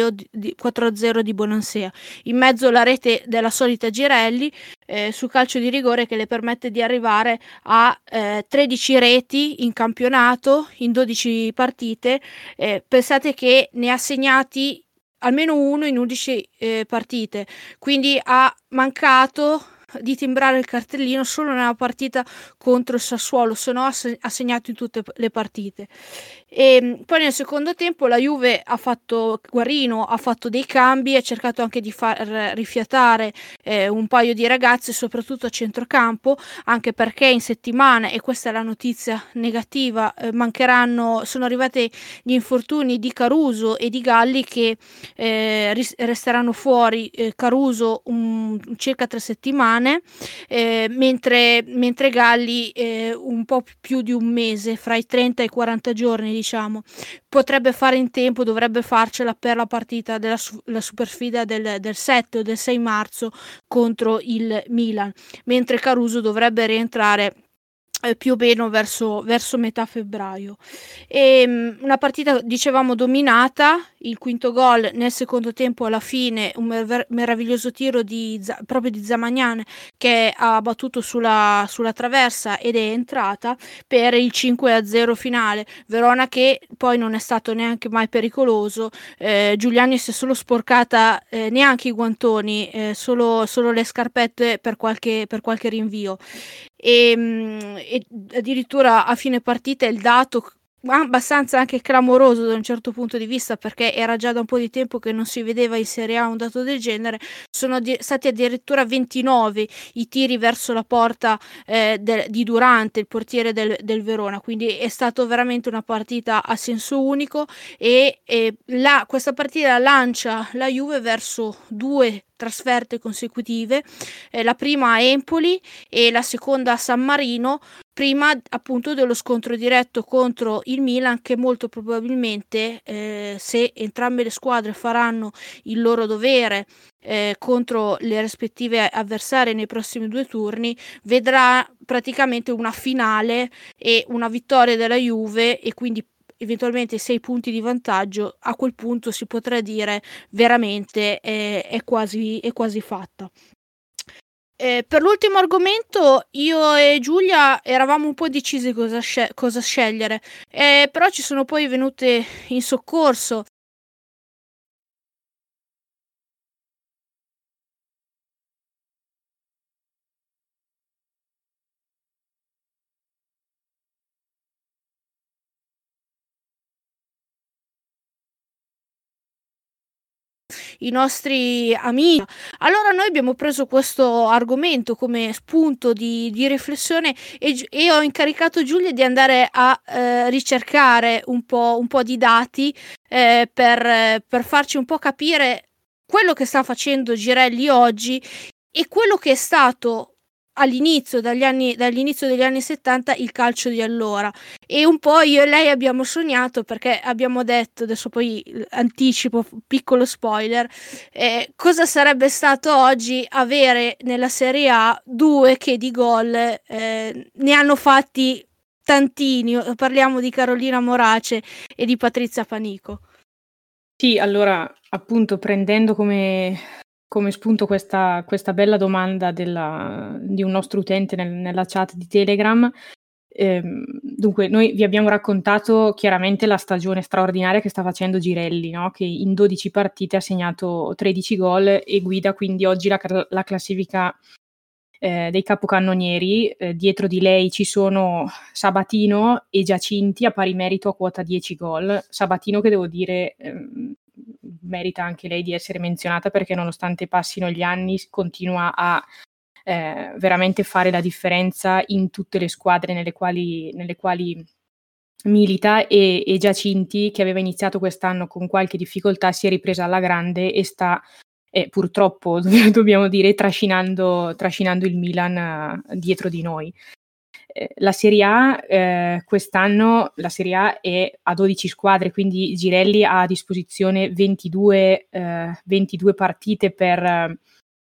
4-0 di Bonansea. In mezzo la rete della solita Girelli su calcio di rigore, che le permette di arrivare a 13 reti in campionato in 12 partite. Pensate che ne ha segnati almeno uno in 11 partite, quindi ha mancato di timbrare il cartellino solo nella partita contro il Sassuolo, se no ha segnato in tutte le partite. E poi nel secondo tempo la Juve Guarino ha fatto dei cambi, ha cercato anche di far rifiatare un paio di ragazzi, soprattutto a centrocampo, anche perché in settimana, e questa è la notizia negativa, sono arrivati gli infortuni di Caruso e di Galli, che resteranno fuori. Caruso circa 3 settimane, mentre Galli un po' più di un mese, fra i 30 e i 40 giorni diciamo. Potrebbe fare in tempo, dovrebbe farcela per la partita la supersfida del 7 o del 6 marzo contro il Milan, mentre Caruso dovrebbe rientrare più o meno verso metà febbraio. Una partita, dicevamo, dominata. Il quinto gol nel secondo tempo, alla fine, un meraviglioso tiro proprio di Zamagnan, che ha battuto sulla traversa ed è entrata per il 5-0 finale. Verona che poi non è stato neanche mai pericoloso. Giuliani si è solo sporcata, neanche i guantoni, solo le scarpette per qualche rinvio. E addirittura a fine partita il dato abbastanza anche clamoroso da un certo punto di vista, perché era già da un po' di tempo che non si vedeva in Serie A un dato del genere. Sono stati addirittura 29 i tiri verso la porta di Durante, il portiere del Verona, quindi è stato veramente una partita a senso unico, e questa partita lancia la Juve verso 2 trasferte consecutive, la prima a Empoli e la seconda a San Marino, prima appunto dello scontro diretto contro il Milan, che molto probabilmente, se entrambe le squadre faranno il loro dovere contro le rispettive avversarie nei prossimi 2 turni, vedrà praticamente una finale e una vittoria della Juve, e quindi eventualmente 6 punti di vantaggio. A quel punto si potrà dire veramente è quasi fatta. Per l'ultimo argomento io e Giulia eravamo un po' decisi cosa scegliere, però ci sono poi venute in soccorso i nostri amici. Allora noi abbiamo preso questo argomento come spunto di riflessione, e ho incaricato Giulia di andare a ricercare un po' di dati per farci un po' capire quello che sta facendo Girelli oggi e quello che è stato dall'inizio degli anni 70 il calcio di allora, e un po' io e lei abbiamo sognato, perché abbiamo detto, adesso poi anticipo, piccolo spoiler, cosa sarebbe stato oggi avere nella Serie A due che di gol ne hanno fatti tantini. Parliamo di Carolina Morace e di Patrizia Panico. Sì, allora, appunto, prendendo come spunto questa bella domanda di un nostro utente nella chat di Telegram, dunque noi vi abbiamo raccontato chiaramente la stagione straordinaria che sta facendo Girelli, no? Che in 12 partite ha segnato 13 gol e guida quindi oggi la classifica dei capocannonieri. Dietro di lei ci sono Sabatino e Giacinti a pari merito a quota 10 gol. Sabatino, che devo dire merita anche lei di essere menzionata, perché nonostante passino gli anni continua a veramente fare la differenza in tutte le squadre nelle quali milita, e Giacinti, che aveva iniziato quest'anno con qualche difficoltà, si è ripresa alla grande e sta purtroppo dobbiamo dire trascinando il Milan dietro di noi. La Serie A, quest'anno la Serie A è a 12 squadre, quindi Girelli ha a disposizione 22 partite per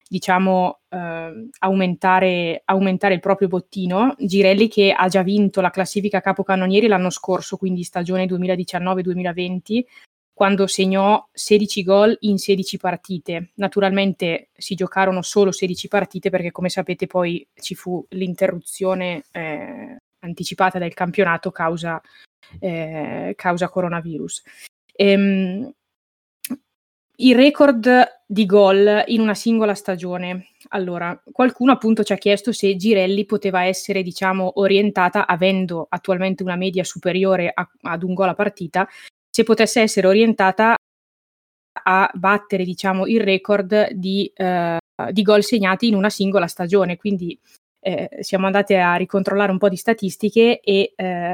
aumentare il proprio bottino. Girelli, che ha già vinto la classifica capocannonieri l'anno scorso, quindi stagione 2019-2020, quando segnò 16 gol in 16 partite. Naturalmente si giocarono solo 16 partite, perché come sapete poi ci fu l'interruzione anticipata del campionato causa coronavirus. Il record di gol in una singola stagione. Allora, qualcuno appunto ci ha chiesto se Girelli poteva essere, orientata, avendo attualmente una media superiore ad un gol a partita, se potesse essere orientata a battere, il record di gol segnati in una singola stagione. Quindi siamo andati a ricontrollare un po' di statistiche e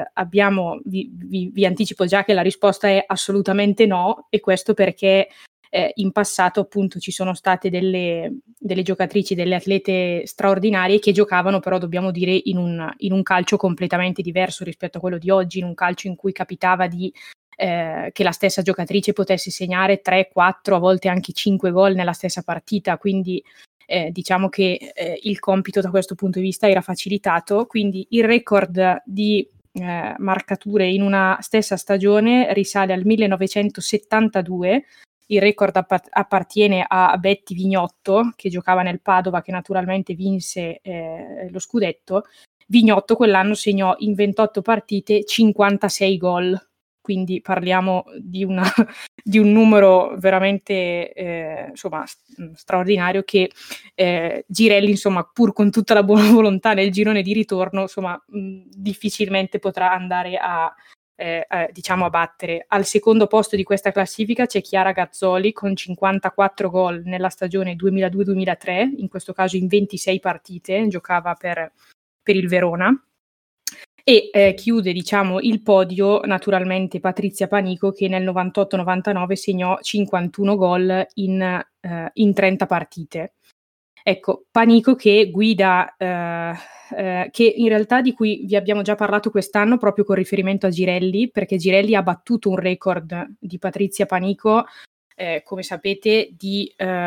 vi anticipo già che la risposta è assolutamente no, e questo perché in passato appunto ci sono state delle giocatrici, delle atlete straordinarie che giocavano, però dobbiamo dire in un calcio completamente diverso rispetto a quello di oggi, in un calcio in cui capitava che la stessa giocatrice potesse segnare 3, 4, a volte anche 5 gol nella stessa partita, quindi diciamo che il compito da questo punto di vista era facilitato. Quindi il record di marcature in una stessa stagione risale al 1972. Il record appartiene a Betty Vignotto, che giocava nel Padova, che naturalmente vinse lo scudetto. Vignotto quell'anno segnò in 28 partite 56 gol, quindi parliamo di un numero veramente straordinario, che Girelli, pur con tutta la buona volontà nel girone di ritorno, difficilmente potrà andare a battere. Al secondo posto di questa classifica c'è Chiara Gazzoli con 54 gol nella stagione 2002-2003, in questo caso in 26 partite, giocava per il Verona. E chiude il podio naturalmente Patrizia Panico, che nel 98-99 segnò 51 gol in 30 partite. Ecco, Panico che guida, che in realtà di cui vi abbiamo già parlato quest'anno proprio con riferimento a Girelli, perché Girelli ha battuto un record di Patrizia Panico, come sapete, di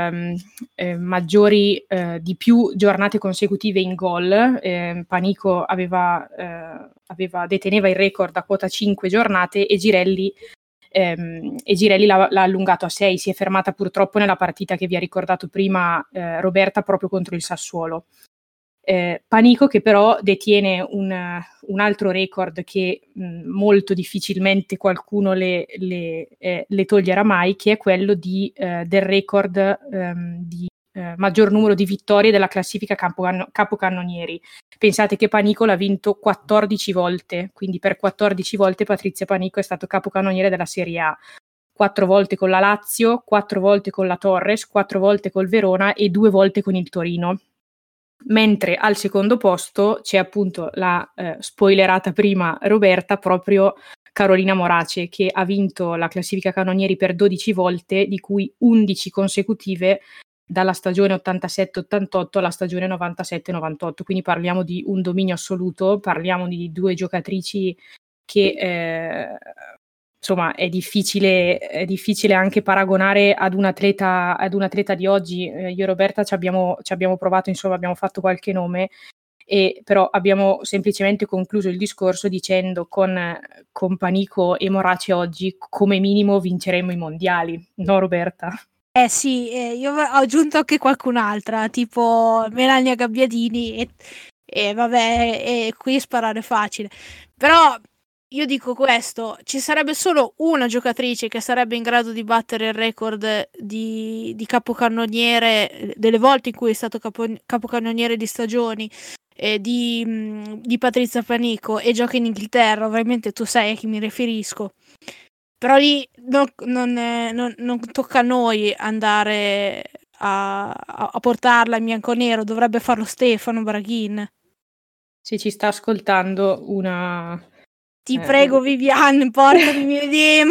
di più giornate consecutive in gol. Panico deteneva il record a quota 5 giornate e Girelli l'ha allungato a 6. Si è fermata purtroppo nella partita che vi ha ricordato prima Roberta, proprio contro il Sassuolo. Panico, che però detiene un altro record che molto difficilmente qualcuno le toglierà mai, che è quello del record di maggior numero di vittorie della classifica capocannonieri. Pensate che Panico l'ha vinto 14 volte, quindi per 14 volte Patrizia Panico è stato capocannoniere della Serie A. 4 volte con la Lazio, 4 volte con la Torres, 4 volte col Verona e 2 volte con il Torino. Mentre al secondo posto c'è appunto la spoilerata prima Roberta, proprio Carolina Morace, che ha vinto la classifica cannonieri per 12 volte, di cui 11 consecutive dalla stagione 87-88 alla stagione 97-98, quindi parliamo di un dominio assoluto, parliamo di due giocatrici che insomma è difficile anche paragonare ad un atleta di oggi. Io e Roberta ci abbiamo provato, insomma abbiamo fatto qualche nome, e però abbiamo semplicemente concluso il discorso dicendo con Panico e Morace oggi come minimo vinceremo i mondiali, no Roberta? Sì, io ho aggiunto anche qualcun'altra, tipo Melania Gabbiadini e vabbè, e qui sparare facile. Però io dico questo, ci sarebbe solo una giocatrice che sarebbe in grado di battere il record di capocannoniere, delle volte in cui è stato capocannoniere di stagioni, di Patrizia Panico, e gioca in Inghilterra, ovviamente tu sai a chi mi riferisco. Però lì non tocca a noi andare a portarla in bianconero, dovrebbe farlo Stefano Braghin. Se ci sta ascoltando Ti prego Viviane, portami Medema.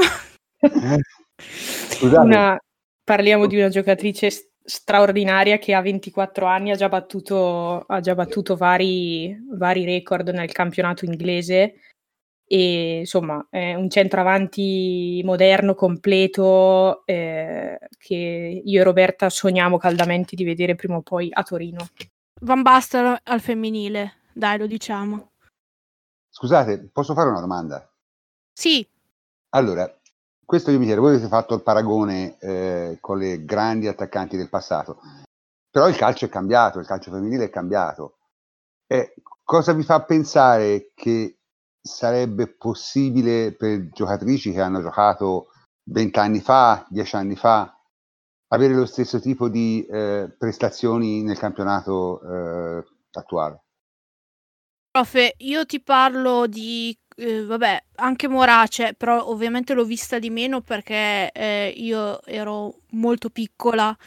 Scusate. Parliamo di una giocatrice straordinaria che a 24 anni ha già battuto vari record nel campionato inglese, e insomma è un centravanti moderno, completo, che io e Roberta sogniamo caldamente di vedere prima o poi a Torino. Van Basten al femminile, dai, lo diciamo. Scusate, posso fare una domanda? Sì. Allora, questo io mi chiedo, voi avete fatto il paragone con le grandi attaccanti del passato, però il calcio è cambiato, il calcio femminile è cambiato. Cosa vi fa pensare che sarebbe possibile per giocatrici che hanno giocato 20 anni fa, 10 anni fa, avere lo stesso tipo di prestazioni nel campionato attuale? Profe, io ti parlo di vabbè, anche Morace, però ovviamente l'ho vista di meno perché io ero molto piccola,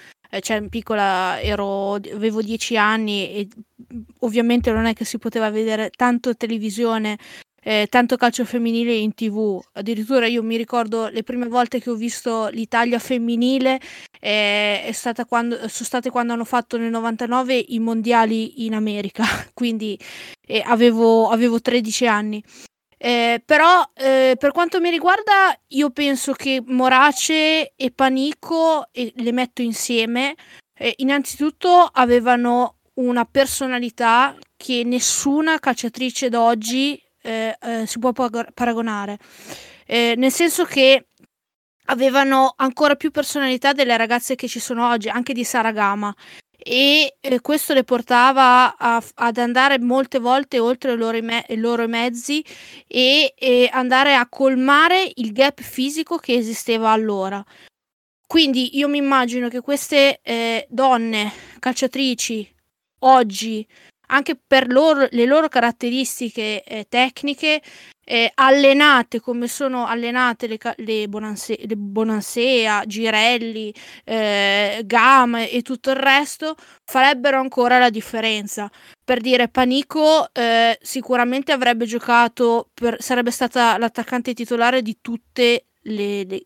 avevo 10 anni e ovviamente non è che si poteva vedere tanto televisione, tanto calcio femminile in TV. Addirittura io mi ricordo le prime volte che ho visto l'Italia femminile sono state quando hanno fatto nel 99 i mondiali in America, quindi avevo 13 anni. Però per quanto mi riguarda io penso che Morace e Panico, le metto insieme, innanzitutto avevano una personalità che nessuna calciatrice d'oggi si può paragonare, nel senso che avevano ancora più personalità delle ragazze che ci sono oggi, anche di Sara Gama, e questo le portava ad andare molte volte oltre i loro mezzi e andare a colmare il gap fisico che esisteva allora. Quindi io mi immagino che queste donne calciatrici oggi, anche per le loro caratteristiche tecniche, allenate come sono allenate le Bonansea, Girelli, Gama e tutto il resto, farebbero ancora la differenza. Per dire, Panico sicuramente avrebbe giocato, sarebbe stata l'attaccante titolare di tutte le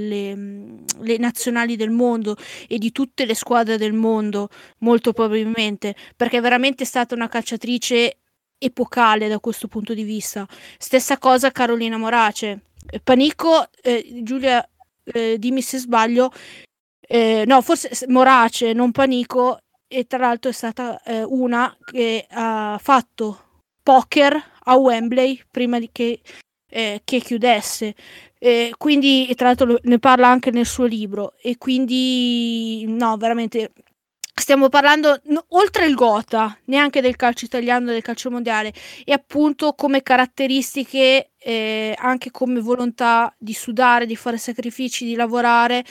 nazionali del mondo e di tutte le squadre del mondo, molto probabilmente, perché è veramente stata una calciatrice epocale da questo punto di vista. Stessa cosa Carolina Morace. Panico, Giulia, dimmi se sbaglio, no, forse Morace, non Panico, e tra l'altro è stata una che ha fatto poker a Wembley prima di che chiudesse, quindi, e tra l'altro ne parla anche nel suo libro, e quindi no, veramente stiamo parlando oltre il Gotha, neanche del calcio italiano, del calcio mondiale, e appunto come caratteristiche, anche come volontà di sudare, di fare sacrifici, di lavorare,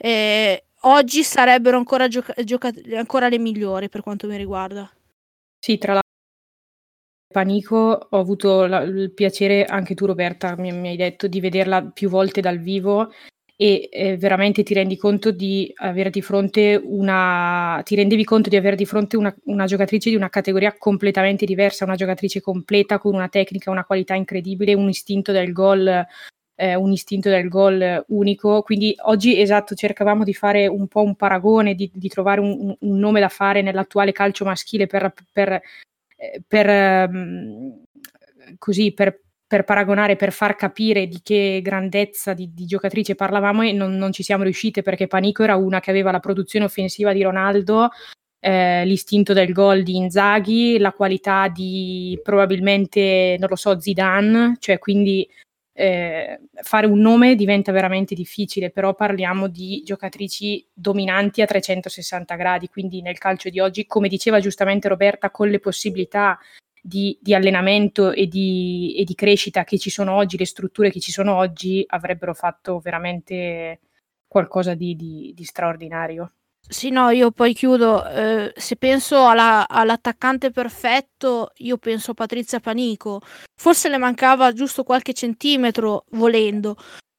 oggi sarebbero ancora le migliori per quanto mi riguarda. Sì, tra l'altro Panico ho avuto il piacere, anche tu Roberta mi hai detto, di vederla più volte dal vivo, e veramente ti rendevi conto di avere di fronte una giocatrice di una categoria completamente diversa, una giocatrice completa con una tecnica, una qualità incredibile, un istinto del gol un istinto del gol unico, quindi oggi esatto cercavamo di fare un po' un paragone, di trovare un nome da fare nell'attuale calcio maschile per paragonare, per far capire di che grandezza di giocatrice parlavamo, e non ci siamo riuscite, perché Panico era una che aveva la produzione offensiva di Ronaldo, l'istinto del gol di Inzaghi, la qualità di probabilmente, non lo so, Zidane, cioè quindi fare un nome diventa veramente difficile, però parliamo di giocatrici dominanti a 360 gradi, quindi nel calcio di oggi, come diceva giustamente Roberta, con le possibilità di allenamento e di crescita che ci sono oggi, le strutture che ci sono oggi, avrebbero fatto veramente qualcosa di straordinario. Sì, no, io poi chiudo. Se penso all'attaccante perfetto, io penso a Patrizia Panico. Forse le mancava giusto qualche centimetro volendo,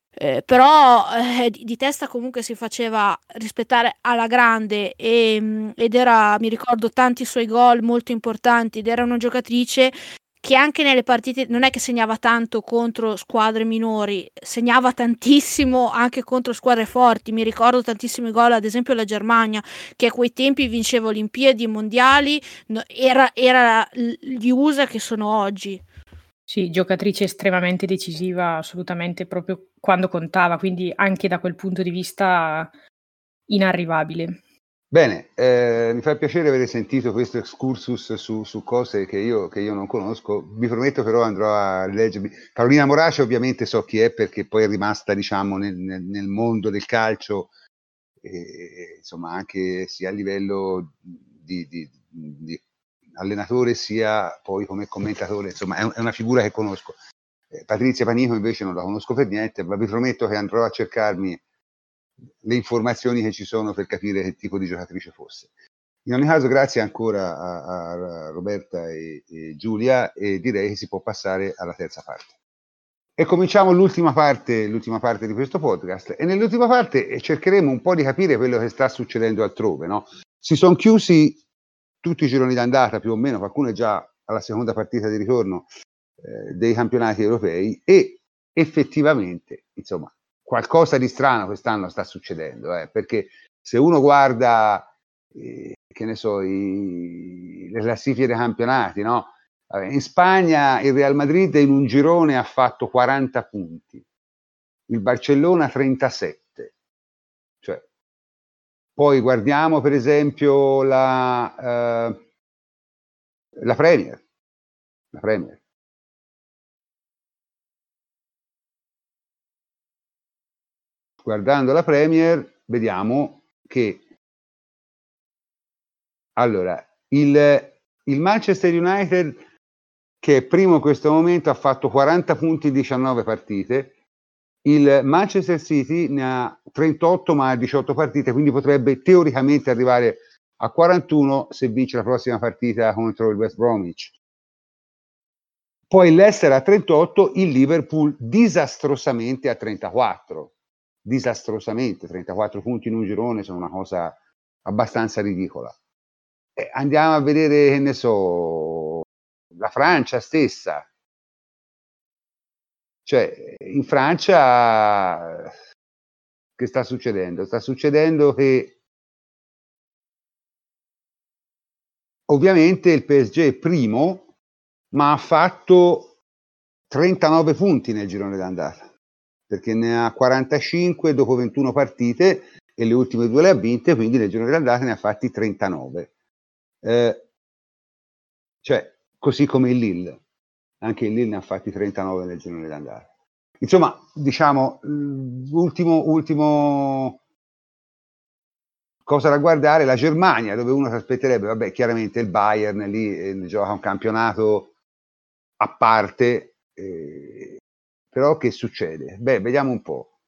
però di testa comunque si faceva rispettare alla grande, ed era, mi ricordo, tanti suoi gol molto importanti, ed era una giocatrice che anche nelle partite non è che segnava tanto contro squadre minori, segnava tantissimo anche contro squadre forti. Mi ricordo tantissimi gol, ad esempio la Germania, che a quei tempi vinceva Olimpiadi e mondiali, era gli USA che sono oggi. Sì, giocatrice estremamente decisiva, assolutamente, proprio quando contava, quindi anche da quel punto di vista inarrivabile. Bene, mi fa piacere aver sentito questo excursus su cose che io non conosco. Vi prometto però andrò a leggermi. Carolina Morace ovviamente so chi è, perché poi è rimasta, diciamo, nel mondo del calcio, insomma, anche sia a livello di allenatore sia poi come commentatore, insomma è una figura che conosco. Patrizia Panico invece non la conosco per niente, ma vi prometto che andrò a cercarmi le informazioni che ci sono per capire che tipo di giocatrice fosse. In ogni caso, grazie ancora a Roberta e Giulia, e direi che si può passare alla terza parte. E cominciamo l'ultima parte di questo podcast, e nell'ultima parte cercheremo un po' di capire quello che sta succedendo altrove, no? Si sono chiusi tutti i gironi d'andata più o meno, qualcuno è già alla seconda partita di ritorno dei campionati europei, e effettivamente, insomma, qualcosa di strano quest'anno sta succedendo, perché se uno guarda, che ne so, le classifiche dei campionati, no? In Spagna il Real Madrid in un girone ha fatto 40 punti, il Barcellona 37. Cioè, poi guardiamo per esempio la Premier. La Premier. Guardando la Premier vediamo che allora il Manchester United, che è primo in questo momento, ha fatto 40 punti in 19 partite. Il Manchester City ne ha 38 ma ha 18 partite, quindi potrebbe teoricamente arrivare a 41 se vince la prossima partita contro il West Bromwich. Poi l'Leicester a 38, il Liverpool disastrosamente a 34. Disastrosamente, 34 punti in un girone sono una cosa abbastanza ridicola. Andiamo a vedere, che ne so, la Francia stessa. Cioè, in Francia che sta succedendo? Sta succedendo che ovviamente il PSG è primo, ma ha fatto 39 punti nel girone d'andata, perché ne ha 45 dopo 21 partite e le ultime due le ha vinte, quindi nel girone d'andata ne ha fatti 39. Cioè, così come il Lille. Anche il Lille ne ha fatti 39 nel girone d'andata. Insomma, diciamo, ultimo cosa da guardare, la Germania, dove uno si aspetterebbe, vabbè, chiaramente il Bayern lì gioca un campionato a parte, però che succede? Beh, vediamo un po'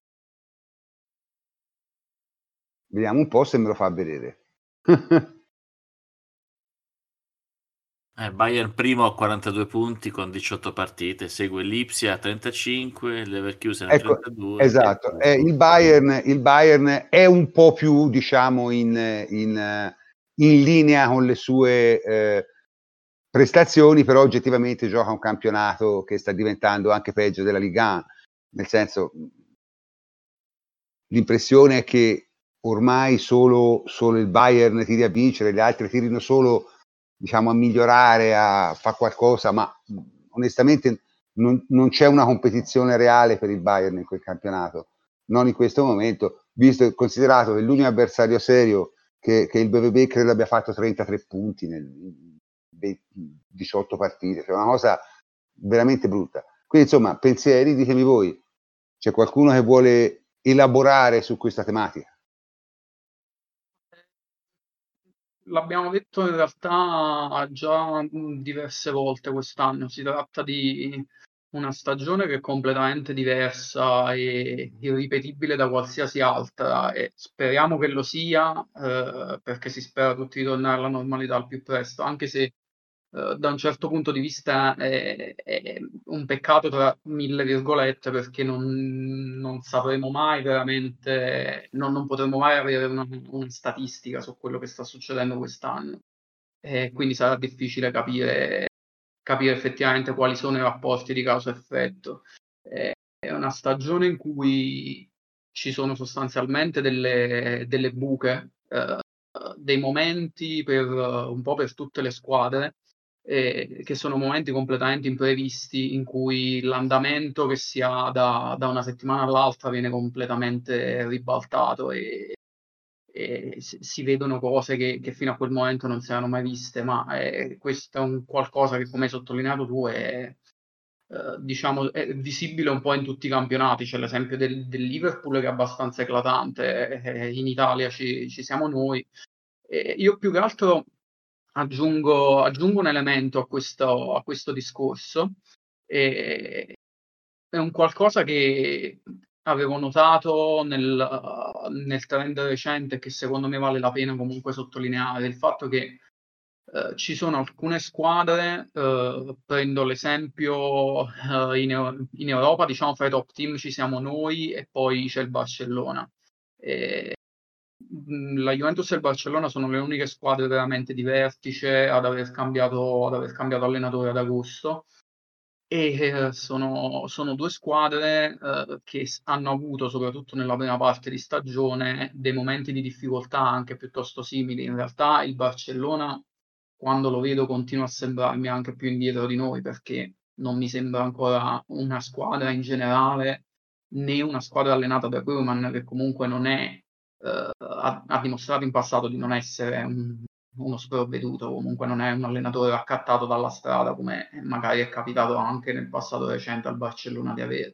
se me lo fa vedere. Bayern primo a 42 punti con 18 partite, segue l'Ipsia a 35, Leverkusen a 32. Esatto, il Bayern è un po' più, diciamo, in linea con le sue prestazioni, però oggettivamente gioca un campionato che sta diventando anche peggio della Ligue 1. nel senso, l'impressione è che ormai solo il Bayern tiri a vincere, gli altri tirino solo, diciamo, a migliorare, a fare qualcosa, ma onestamente non c'è una competizione reale per il Bayern in quel campionato, non in questo momento, visto e considerato che l'unico avversario serio che il BVB credo abbia fatto 33 punti nel 18 partite, cioè una cosa veramente brutta. Quindi insomma, pensieri, ditemi voi, c'è qualcuno che vuole elaborare su questa tematica? L'abbiamo detto in realtà già diverse volte quest'anno, si tratta di una stagione che è completamente diversa e irripetibile da qualsiasi altra e speriamo che lo sia, perché si spera tutti di tornare alla normalità al più presto, anche se da un certo punto di vista è un peccato tra 1000 virgolette, perché non sapremo mai veramente, non potremo mai avere una statistica su quello che sta succedendo quest'anno. E quindi sarà difficile capire effettivamente quali sono i rapporti di causa-effetto. È una stagione in cui ci sono sostanzialmente delle buche, dei momenti un po' per tutte le squadre, che sono momenti completamente imprevisti in cui l'andamento che si ha da una settimana all'altra viene completamente ribaltato e si vedono cose che fino a quel momento non si erano mai viste, ma questo è un qualcosa che, come hai sottolineato tu, diciamo, è visibile un po' in tutti i campionati. C'è l'esempio del Liverpool che è abbastanza eclatante, in Italia ci siamo noi. Io più che altro aggiungo un elemento a questo discorso. È un qualcosa che avevo notato nel trend recente, che secondo me vale la pena comunque sottolineare, il fatto che ci sono alcune squadre, prendo l'esempio in Europa, diciamo fra i top team ci siamo noi e poi c'è il Barcellona. La Juventus e il Barcellona sono le uniche squadre veramente di vertice ad aver cambiato allenatore ad agosto. E sono due squadre che hanno avuto, soprattutto nella prima parte di stagione, dei momenti di difficoltà anche piuttosto simili. In realtà il Barcellona, quando lo vedo, continua a sembrarmi anche più indietro di noi, perché non mi sembra ancora una squadra in generale, né una squadra allenata da Koeman, che comunque non è, ha dimostrato in passato di non essere uno sprovveduto, comunque non è un allenatore raccattato dalla strada, come magari è capitato anche nel passato recente al Barcellona di avere.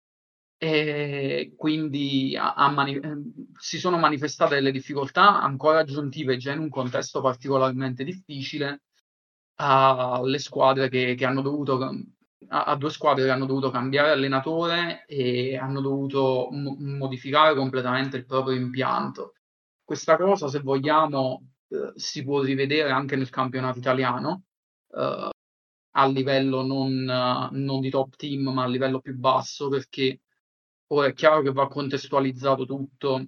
E quindi si sono manifestate delle difficoltà ancora aggiuntive già in un contesto particolarmente difficile alle squadre che hanno dovuto a due squadre che hanno dovuto cambiare allenatore e hanno dovuto modificare completamente il proprio impianto. Questa cosa, se vogliamo, si può rivedere anche nel campionato italiano, a livello non di top team, ma a livello più basso, perché ora è chiaro che va contestualizzato tutto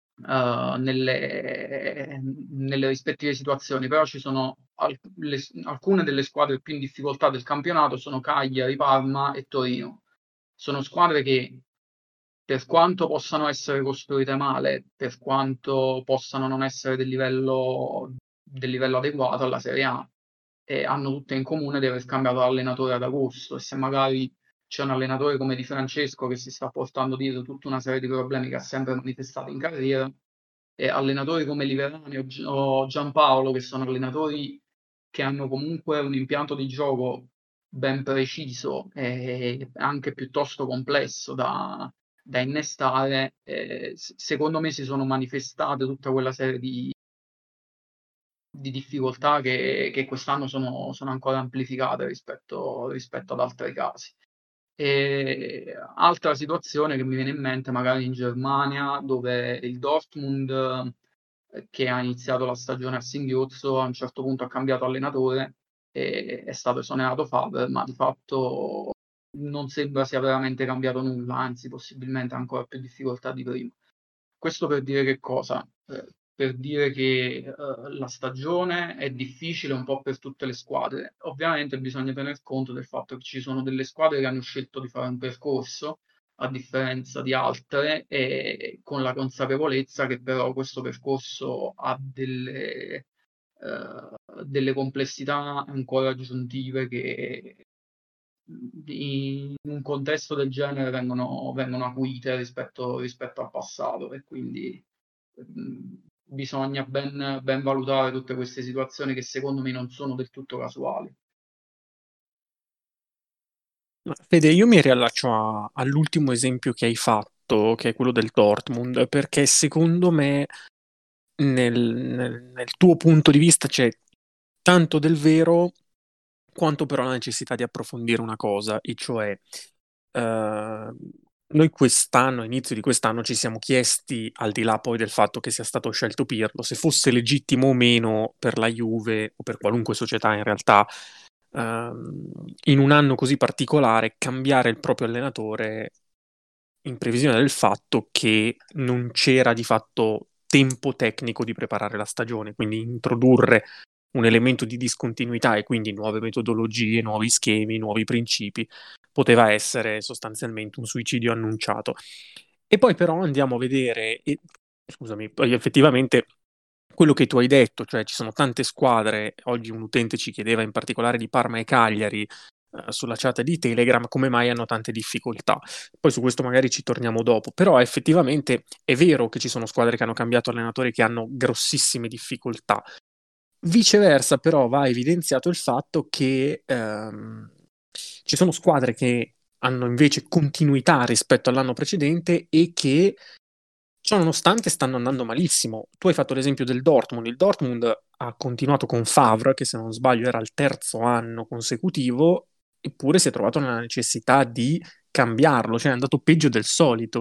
nelle rispettive situazioni, però ci sono alcune delle squadre più in difficoltà del campionato, sono Cagliari, Parma e Torino. Sono squadre che, per quanto possano essere costruite male, per quanto possano non essere del livello adeguato alla Serie A, hanno tutte in comune di aver cambiato allenatore ad agosto, e se magari c'è un allenatore come Di Francesco che si sta portando dietro tutta una serie di problemi che ha sempre manifestato in carriera, e allenatori come Liverani o Giampaolo, che sono allenatori che hanno comunque un impianto di gioco ben preciso e anche piuttosto complesso da innestare, secondo me si sono manifestate tutta quella serie di difficoltà che quest'anno sono ancora amplificate rispetto ad altri casi. E altra situazione che mi viene in mente, magari in Germania, dove il Dortmund, che ha iniziato la stagione a singhiozzo, a un certo punto ha cambiato allenatore e è stato esonerato Favre, ma di fatto non sembra sia veramente cambiato nulla, anzi possibilmente ancora più difficoltà di prima. Questo per dire che cosa? Per dire che la stagione è difficile un po' per tutte le squadre. Ovviamente bisogna tener conto del fatto che ci sono delle squadre che hanno scelto di fare un percorso, a differenza di altre, e con la consapevolezza che però questo percorso ha delle complessità ancora aggiuntive che in un contesto del genere vengono acuite rispetto al passato, e quindi bisogna ben valutare tutte queste situazioni che secondo me non sono del tutto casuali. Fede, io mi riallaccio all'ultimo esempio che hai fatto, che è quello del Dortmund, perché secondo me nel tuo punto di vista c'è tanto del vero quanto però la necessità di approfondire una cosa, e cioè noi quest'anno, inizio di quest'anno, ci siamo chiesti, al di là poi del fatto che sia stato scelto Pirlo, se fosse legittimo o meno per la Juve o per qualunque società in realtà, in un anno così particolare, cambiare il proprio allenatore in previsione del fatto che non c'era di fatto tempo tecnico di preparare la stagione, quindi introdurre un elemento di discontinuità e quindi nuove metodologie, nuovi schemi, nuovi principi, poteva essere sostanzialmente un suicidio annunciato. E poi però andiamo a vedere, scusami, poi effettivamente quello che tu hai detto, cioè ci sono tante squadre, oggi un utente ci chiedeva in particolare di Parma e Cagliari, sulla chat di Telegram, come mai hanno tante difficoltà. Poi su questo magari ci torniamo dopo, però effettivamente è vero che ci sono squadre che hanno cambiato allenatori che hanno grossissime difficoltà. Viceversa, però, va evidenziato il fatto che ci sono squadre che hanno invece continuità rispetto all'anno precedente e che, ciò nonostante, stanno andando malissimo. Tu hai fatto l'esempio del Dortmund. Il Dortmund ha continuato con Favre, che se non sbaglio era il terzo anno consecutivo, eppure si è trovato nella necessità di cambiarlo, cioè è andato peggio del solito.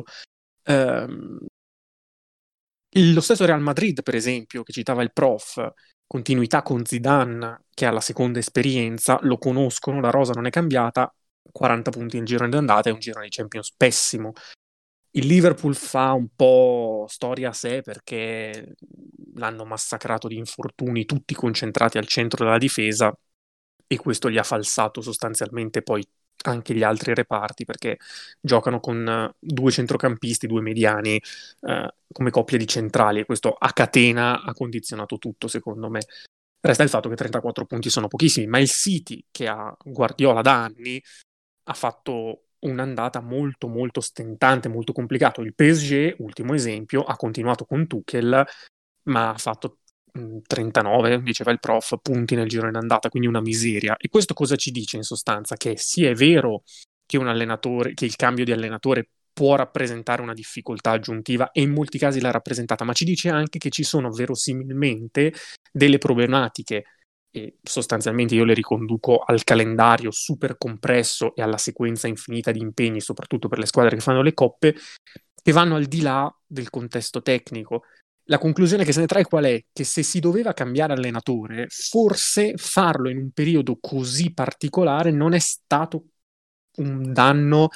Lo stesso Real Madrid, per esempio, che citava il prof, continuità con Zidane, che ha la seconda esperienza, lo conoscono, la rosa non è cambiata, 40 punti in girone d'andata e un girone di Champions pessimo. Il Liverpool fa un po' storia a sé perché l'hanno massacrato di infortuni, tutti concentrati al centro della difesa, e questo gli ha falsato sostanzialmente poi anche gli altri reparti, perché giocano con due centrocampisti, due mediani, come coppia di centrali, e questo a catena ha condizionato tutto, secondo me. Resta il fatto che 34 punti sono pochissimi, ma il City, che ha Guardiola da anni, ha fatto un'andata molto molto stentante, molto complicato. Il PSG, ultimo esempio, ha continuato con Tuchel, ma ha fatto 39, diceva il prof, punti nel girone d'andata, quindi una miseria. E questo cosa ci dice in sostanza? Che sì, è vero che un allenatore, che il cambio di allenatore può rappresentare una difficoltà aggiuntiva, e in molti casi l'ha rappresentata, ma ci dice anche che ci sono verosimilmente delle problematiche, e sostanzialmente io le riconduco al calendario super compresso e alla sequenza infinita di impegni, soprattutto per le squadre che fanno le coppe, che vanno al di là del contesto tecnico. La conclusione che se ne trae qual è? Che se si doveva cambiare allenatore, forse farlo in un periodo così particolare non è stato un danno,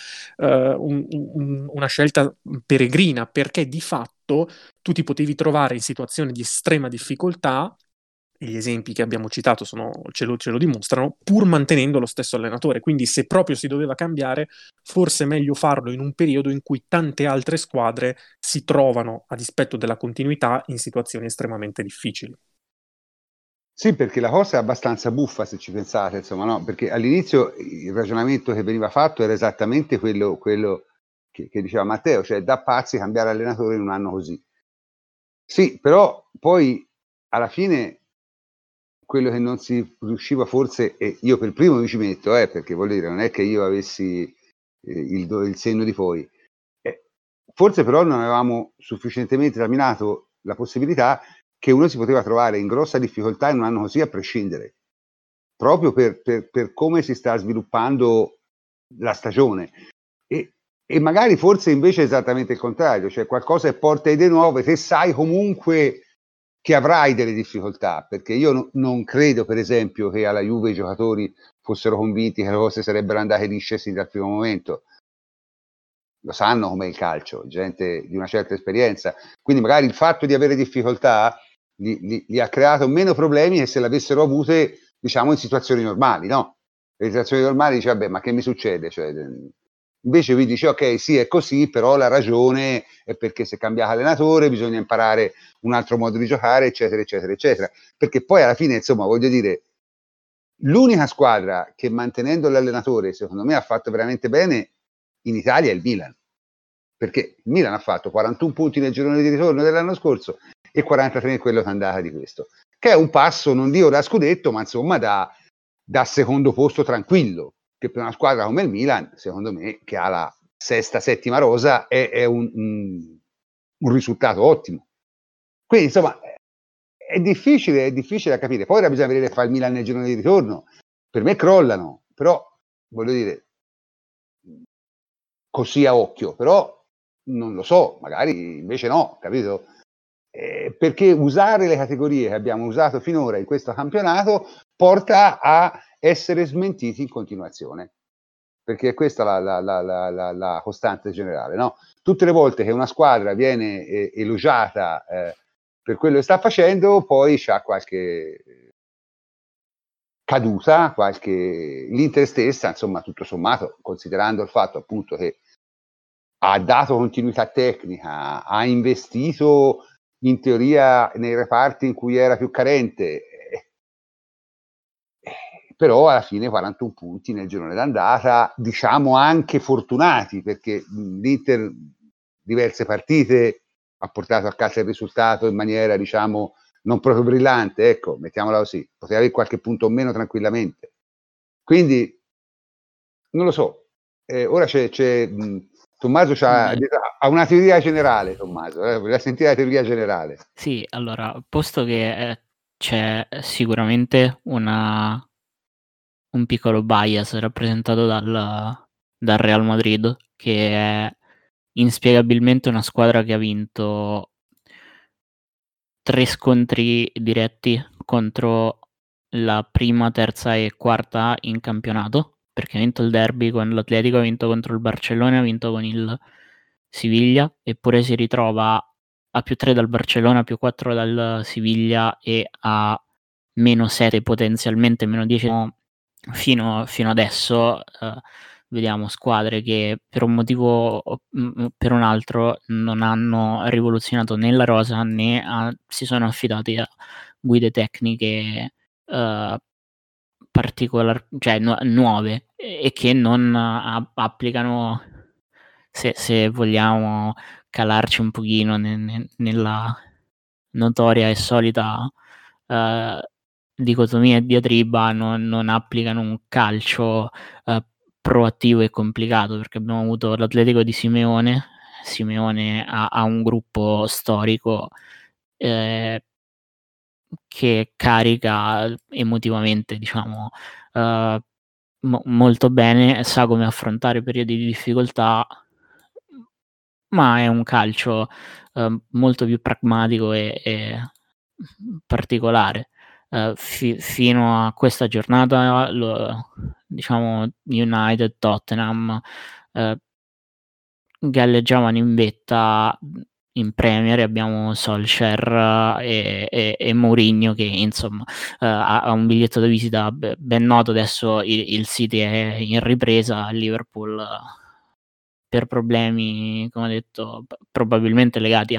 una scelta peregrina, perché di fatto tu ti potevi trovare in situazioni di estrema difficoltà, e gli esempi che abbiamo citato ce lo dimostrano, pur mantenendo lo stesso allenatore. Quindi se proprio si doveva cambiare, forse è meglio farlo in un periodo in cui tante altre squadre si trovano, a dispetto della continuità, in situazioni estremamente difficili. Sì, perché la cosa è abbastanza buffa, se ci pensate, insomma, no? Perché all'inizio il ragionamento che veniva fatto era esattamente quello che diceva Matteo, cioè da pazzi cambiare allenatore in un anno così. Sì, però poi alla fine quello che non si riusciva forse, e io per primo mi ci metto, perché vuol dire, non è che io avessi il senno di poi, forse però non avevamo sufficientemente esaminato la possibilità che uno si poteva trovare in grossa difficoltà in un anno così a prescindere, proprio per come si sta sviluppando la stagione, e magari forse invece è esattamente il contrario, cioè qualcosa che porta idee nuove, te sai comunque che avrai delle difficoltà, perché io non credo, per esempio, che alla Juve i giocatori fossero convinti che le cose sarebbero andate lisce sin dal primo momento. Lo sanno com'è il calcio, gente di una certa esperienza, quindi magari il fatto di avere difficoltà gli ha creato meno problemi che se l'avessero avute, diciamo, in situazioni normali, no? In situazioni normali dice, vabbè, ma che mi succede? Cioè, Invece vi dice ok, sì è così, però la ragione è perché si è cambiato allenatore, bisogna imparare un altro modo di giocare, eccetera, eccetera, eccetera. Perché poi alla fine, insomma, voglio dire, l'unica squadra che mantenendo l'allenatore, secondo me, ha fatto veramente bene in Italia è il Milan. Perché il Milan ha fatto 41 punti nel girone di ritorno dell'anno scorso e 43 in quello che è andata di questo. Che è un passo, non dico da scudetto, ma insomma da secondo posto tranquillo. Che per una squadra come il Milan, secondo me, che ha la sesta, settima rosa, è un risultato ottimo. Quindi, insomma, è difficile da capire. Poi ora bisogna vedere che fa il Milan nel girone di ritorno. Per me crollano, però, voglio dire, così a occhio, però non lo so, magari invece no, capito? Perché usare le categorie che abbiamo usato finora in questo campionato porta a essere smentiti in continuazione, perché questa è la costante generale, no? Tutte le volte che una squadra viene elogiata per quello che sta facendo, poi c'ha qualche caduta, l'Inter stessa, insomma, tutto sommato, considerando il fatto appunto che ha dato continuità tecnica, ha investito in teoria nei reparti in cui era più carente, però alla fine 41 punti nel girone d'andata, diciamo anche fortunati, perché l'Inter diverse partite ha portato a casa il risultato in maniera, diciamo, non proprio brillante, ecco, mettiamola così, poteva avere qualche punto o meno tranquillamente. Quindi, non lo so, ora c'è Tommaso ha una teoria generale, Tommaso, voleva sentire la teoria generale. Sì, allora, posto che c'è sicuramente un piccolo bias rappresentato dal Real Madrid, che è inspiegabilmente una squadra che ha vinto 3 scontri diretti contro la prima, terza e quarta in campionato, perché ha vinto il derby con l'Atletico, ha vinto contro il Barcellona, ha vinto con il Siviglia, eppure si ritrova a +3 dal Barcellona, +4 dal Siviglia e a -7 potenzialmente, -10 fino adesso. Vediamo squadre che per un motivo o per un altro non hanno rivoluzionato né la rosa né si sono affidati a guide tecniche cioè nuove e che non applicano, se vogliamo calarci un pochino nella notoria e solita dicotomia e diatriba, non applicano un calcio proattivo e complicato, perché abbiamo avuto l'Atletico di Simeone ha un gruppo storico che carica emotivamente, diciamo, molto bene, sa come affrontare periodi di difficoltà, ma è un calcio molto più pragmatico e particolare. Fino a questa giornata diciamo United, Tottenham galleggiavano in vetta. In Premier abbiamo Solskjaer e Mourinho che insomma ha un biglietto da visita ben noto. Adesso il City è in ripresa, il Liverpool per problemi, come ho detto, probabilmente legati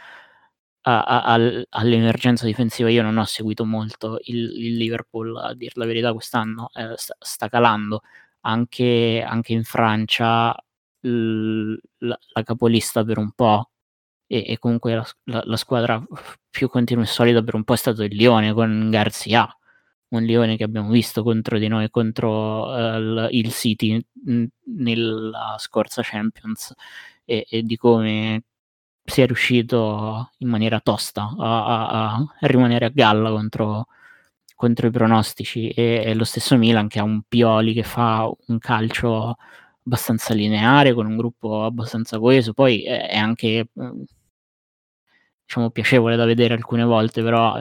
all'emergenza difensiva. Io non ho seguito molto il Liverpool, a dir la verità, quest'anno sta calando. Anche in Francia la capolista per un po' e comunque la squadra più continua e solida per un po' è stato il Lione con Garcia, un Lione che abbiamo visto contro di noi, contro il City nella scorsa Champions, e di come sia riuscito in maniera tosta a rimanere a galla contro i pronostici, e lo stesso Milan che ha un Pioli che fa un calcio abbastanza lineare con un gruppo abbastanza coeso. Poi è anche diciamo piacevole da vedere alcune volte, però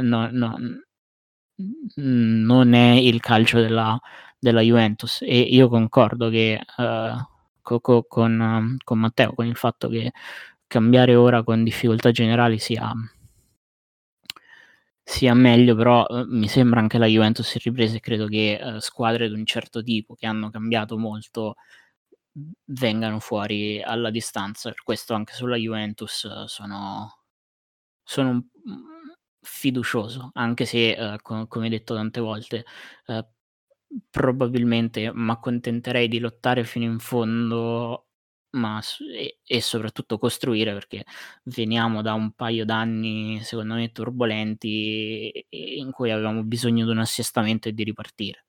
non è il calcio della Juventus, e io concordo che con Matteo, con il fatto che cambiare ora con difficoltà generali sia meglio, però mi sembra anche la Juventus in ripresa, e credo che squadre di un certo tipo che hanno cambiato molto vengano fuori alla distanza. Per questo anche sulla Juventus sono fiducioso, anche se come detto tante volte, probabilmente m'accontenterei di lottare fino in fondo, ma e soprattutto costruire, perché veniamo da un paio d'anni secondo me turbolenti in cui avevamo bisogno di un assestamento e di ripartire.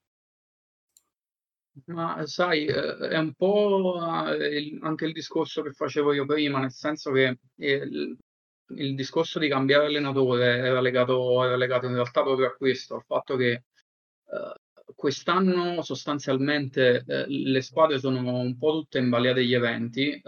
Ma sai, è un po' anche il discorso che facevo io prima, nel senso che il discorso di cambiare allenatore era legato in realtà proprio a questo, al fatto che quest'anno sostanzialmente le squadre sono un po' tutte in balia degli eventi.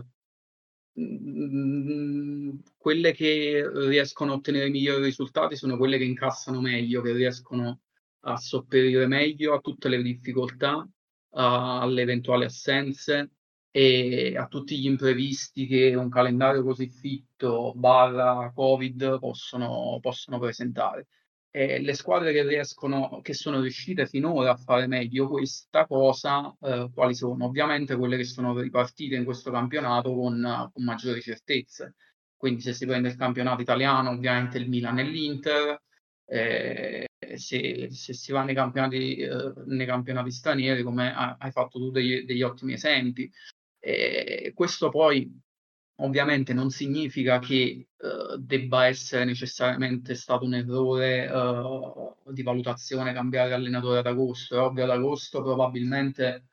Quelle che riescono a ottenere migliori risultati sono quelle che incassano meglio, che riescono a sopperire meglio a tutte le difficoltà, alle eventuali assenze e a tutti gli imprevisti che un calendario così fitto barra Covid possono presentare. Le squadre che sono riuscite finora a fare meglio questa cosa, quali sono? Ovviamente quelle che sono ripartite in questo campionato con maggiori certezze. Quindi se si prende il campionato italiano, ovviamente il Milan e l'Inter, se si va nei campionati stranieri, come hai fatto tu degli ottimi esempi. Questo poi ovviamente non significa che debba essere necessariamente stato un errore di valutazione cambiare allenatore ad agosto. È ovvio, ad agosto probabilmente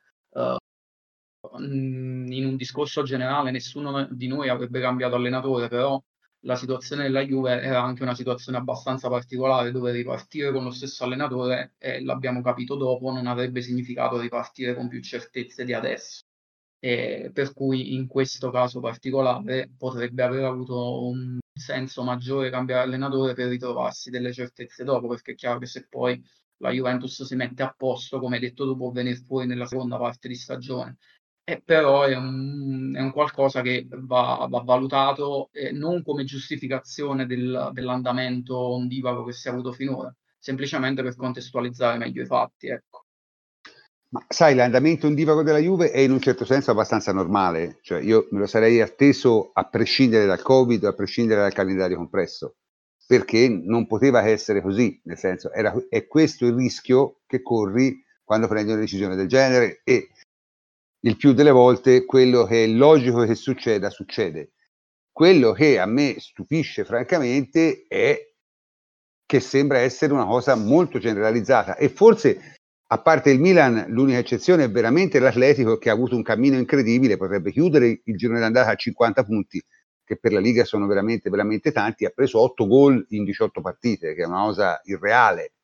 in un discorso generale nessuno di noi avrebbe cambiato allenatore, però la situazione della Juve era anche una situazione abbastanza particolare, dove ripartire con lo stesso allenatore, l'abbiamo capito dopo, non avrebbe significato ripartire con più certezze di adesso. Per cui in questo caso particolare potrebbe aver avuto un senso maggiore cambiare allenatore per ritrovarsi delle certezze dopo, perché è chiaro che se poi la Juventus si mette a posto, come hai detto tu, può venire fuori nella seconda parte di stagione. Però è un qualcosa che va valutato non come giustificazione dell'andamento ondivago che si è avuto finora, semplicemente per contestualizzare meglio i fatti, ecco. Ma sai, l'andamento ondivago della Juve è in un certo senso abbastanza normale, cioè io me lo sarei atteso a prescindere dal Covid, a prescindere dal calendario compresso, perché non poteva essere così, nel senso è questo il rischio che corri quando prendi una decisione del genere e il più delle volte quello che è logico che succeda, succede. Quello che a me stupisce francamente è che sembra essere una cosa molto generalizzata e forse a parte il Milan, l'unica eccezione è veramente l'Atletico, che ha avuto un cammino incredibile, potrebbe chiudere il girone d'andata a 50 punti, che per la Liga sono veramente, veramente tanti, ha preso 8 gol in 18 partite, che è una cosa irreale,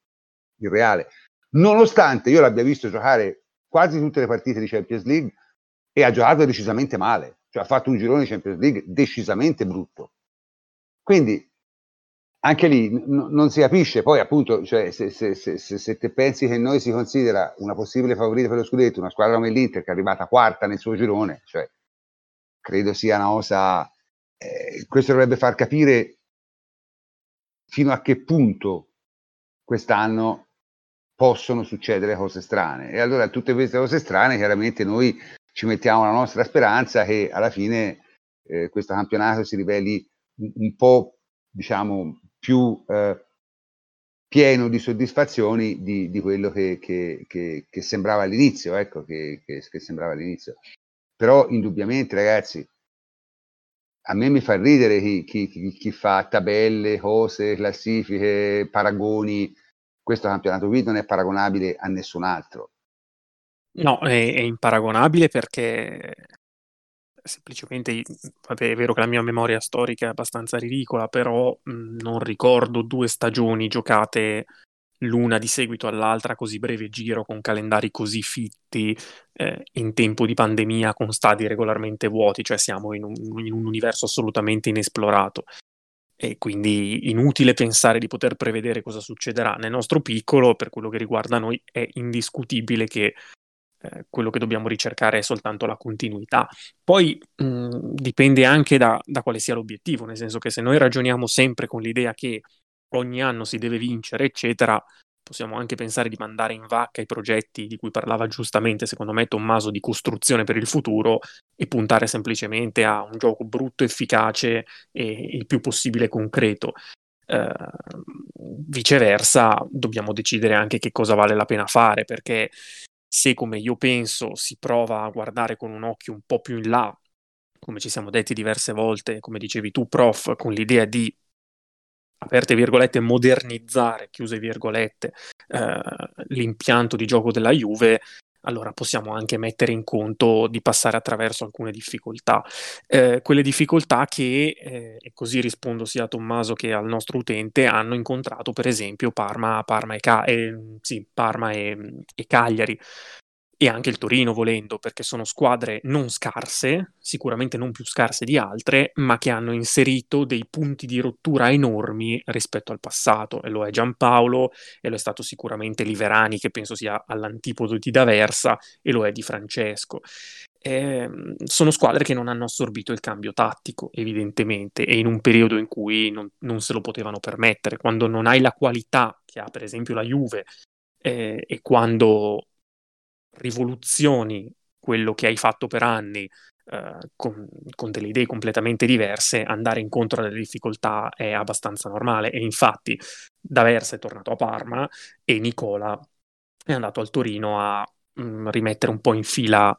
nonostante io l'abbia visto giocare quasi tutte le partite di Champions League e ha giocato decisamente male, cioè ha fatto un girone di Champions League decisamente brutto. Quindi anche lì non si capisce, poi appunto, cioè, se te pensi che noi si considera una possibile favorita per lo scudetto, una squadra come l'Inter che è arrivata quarta nel suo girone, cioè, credo sia una cosa, questo dovrebbe far capire fino a che punto quest'anno possono succedere cose strane. E allora tutte queste cose strane, chiaramente noi ci mettiamo la nostra speranza che alla fine questo campionato si riveli un po', diciamo, più pieno di soddisfazioni di quello che sembrava all'inizio, ecco, che sembrava all'inizio. Però indubbiamente, ragazzi, a me mi fa ridere chi fa tabelle, cose, classifiche, paragoni. Questo campionato qui non è paragonabile a nessun altro. No, è imparagonabile perché semplicemente, vabbè, è vero che la mia memoria storica è abbastanza ridicola, però non ricordo 2 stagioni giocate l'una di seguito all'altra, così breve giro, con calendari così fitti, in tempo di pandemia, con stadi regolarmente vuoti, cioè siamo in un universo assolutamente inesplorato. E quindi inutile pensare di poter prevedere cosa succederà. Nel nostro piccolo, per quello che riguarda noi, è indiscutibile che quello che dobbiamo ricercare è soltanto la continuità. Poi dipende anche da quale sia l'obiettivo, nel senso che se noi ragioniamo sempre con l'idea che ogni anno si deve vincere, eccetera, possiamo anche pensare di mandare in vacca i progetti di cui parlava giustamente, secondo me, Tommaso, di costruzione per il futuro e puntare semplicemente a un gioco brutto, efficace e il più possibile concreto. Viceversa, dobbiamo decidere anche che cosa vale la pena fare, perché se, come io penso, si prova a guardare con un occhio un po' più in là, come ci siamo detti diverse volte, come dicevi tu, prof, con l'idea di, aperte virgolette, modernizzare, chiuse virgolette, l'impianto di gioco della Juve, allora possiamo anche mettere in conto di passare attraverso alcune difficoltà. Quelle difficoltà che, e così rispondo sia a Tommaso che al nostro utente, hanno incontrato per esempio Parma e Cagliari, e anche il Torino volendo, perché sono squadre non scarse, sicuramente non più scarse di altre, ma che hanno inserito dei punti di rottura enormi rispetto al passato, e lo è Giampaolo, e lo è stato sicuramente Liverani, che penso sia all'antipodo di D'Aversa, e lo è Di Francesco. Sono squadre che non hanno assorbito il cambio tattico, evidentemente, e in un periodo in cui non se lo potevano permettere. Quando non hai la qualità che ha per esempio la Juve, e quando rivoluzioni quello che hai fatto per anni, con delle idee completamente diverse, andare incontro alle difficoltà è abbastanza normale. E infatti D'Aversa è tornato a Parma e Nicola è andato al Torino a rimettere un po' in fila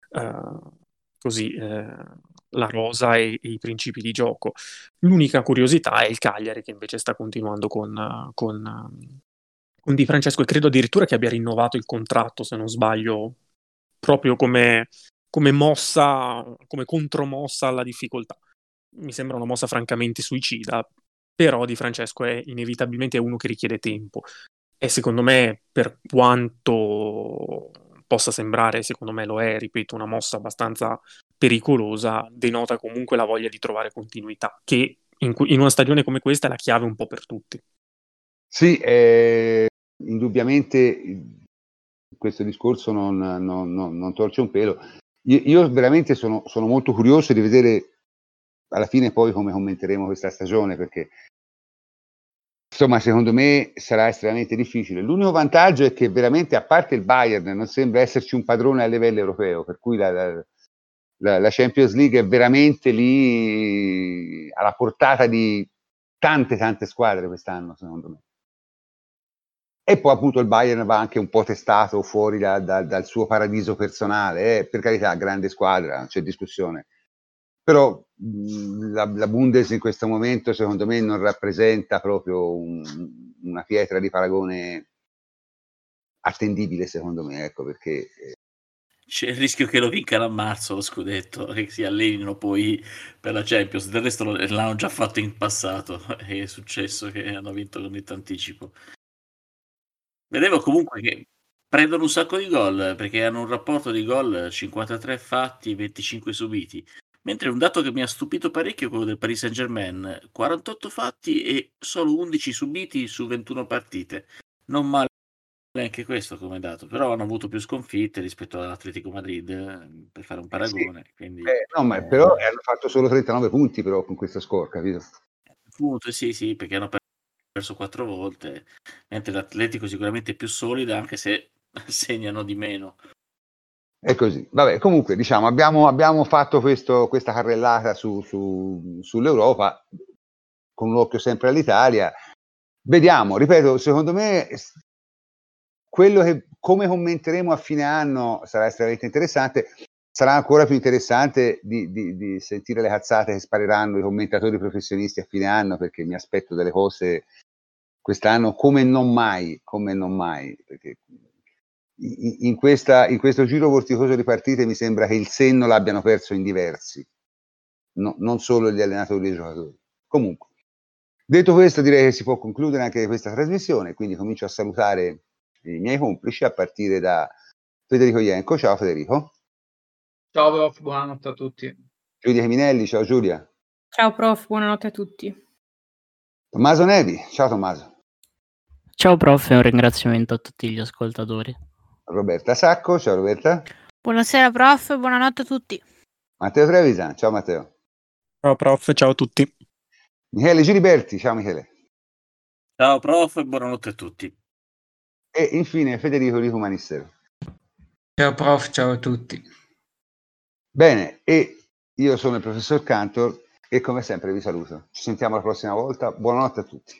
la rosa e i principi di gioco. L'unica curiosità è il Cagliari, che invece sta continuando con Di Francesco, e credo addirittura che abbia rinnovato il contratto, se non sbaglio, proprio come mossa, come contromossa alla difficoltà. Mi sembra una mossa francamente suicida, però Di Francesco è inevitabilmente uno che richiede tempo, e secondo me, per quanto possa sembrare, secondo me lo è, ripeto, una mossa abbastanza pericolosa, denota comunque la voglia di trovare continuità, che in una stagione come questa è la chiave un po' per tutti. Sì, indubbiamente questo discorso non torce un pelo. Io veramente sono molto curioso di vedere alla fine poi come commenteremo questa stagione, perché insomma secondo me sarà estremamente difficile. L'unico vantaggio è che veramente, a parte il Bayern, non sembra esserci un padrone a livello europeo, per cui la Champions League è veramente lì alla portata di tante squadre quest'anno, secondo me. E poi appunto il Bayern va anche un po' testato fuori dal suo paradiso personale, per carità, grande squadra, non c'è discussione. Però la Bundes in questo momento secondo me non rappresenta proprio una pietra di paragone attendibile, secondo me, ecco, perché c'è il rischio che lo vincano a marzo lo scudetto, che si allenino poi per la Champions. Del resto l'hanno già fatto in passato, è successo che hanno vinto con il anticipo. Vedevo comunque che prendono un sacco di gol, perché hanno un rapporto di gol 53 fatti, 25 subiti. Mentre un dato che mi ha stupito parecchio è quello del Paris Saint-Germain: 48 fatti e solo 11 subiti su 21 partite. Non male anche questo come dato, però hanno avuto più sconfitte rispetto all'Atletico Madrid, per fare un paragone. sì, Quindi, ma però hanno fatto solo 39 punti però con questo score, capito? appunto, sì, perché hanno perso 4 volte, mentre l'Atletico sicuramente è più solida, anche se segnano di meno. È così. Vabbè, comunque diciamo abbiamo fatto questa carrellata sull'Europa con un occhio sempre all'Italia. Vediamo, ripeto, secondo me quello che come commenteremo a fine anno sarà estremamente interessante. Sarà ancora più interessante di sentire le cazzate che spariranno i commentatori professionisti a fine anno, perché mi aspetto delle cose quest'anno come non mai, perché in questo giro vorticoso di partite mi sembra che il senno l'abbiano perso in diversi, non solo gli allenatori e i giocatori. Comunque, detto questo, direi che si può concludere anche questa trasmissione, quindi comincio a salutare i miei complici, a partire da Federico Ienco. Ciao Federico. Ciao prof, buonanotte a tutti. Giulia Chiminelli. Ciao Giulia. Ciao prof, buonanotte a tutti. Tommaso Nevi. Ciao Tommaso. Ciao prof, e un ringraziamento a tutti gli ascoltatori. Roberta Sacco. Ciao Roberta. Buonasera prof, buonanotte a tutti. Matteo Trevisan. Ciao Matteo. Ciao prof, ciao a tutti. Michele Giliberti. Ciao Michele. Ciao prof, e buonanotte a tutti. E infine Federico di Humanister. Ciao prof, ciao a tutti. Bene, e io sono il professor Cantor e come sempre vi saluto. Ci sentiamo la prossima volta. Buonanotte a tutti.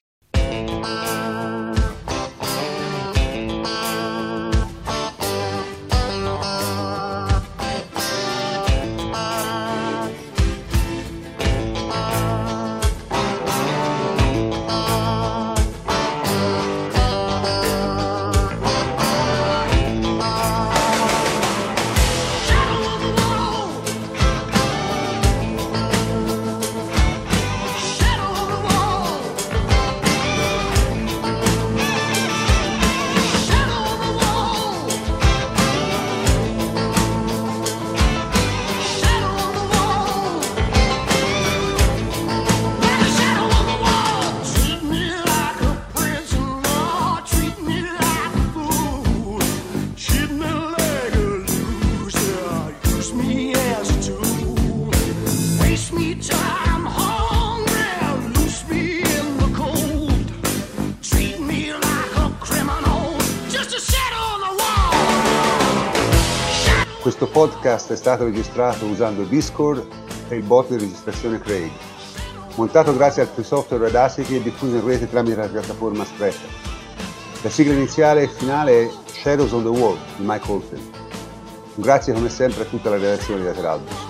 Questo podcast è stato registrato usando Discord e il bot di registrazione Craig. Montato grazie al free software Audacity e diffuso in rete tramite la piattaforma Spreaker. La sigla iniziale e finale è Shadows on the Wall di Mike Oldfield. Grazie come sempre a tutta la redazione di Lateralbus.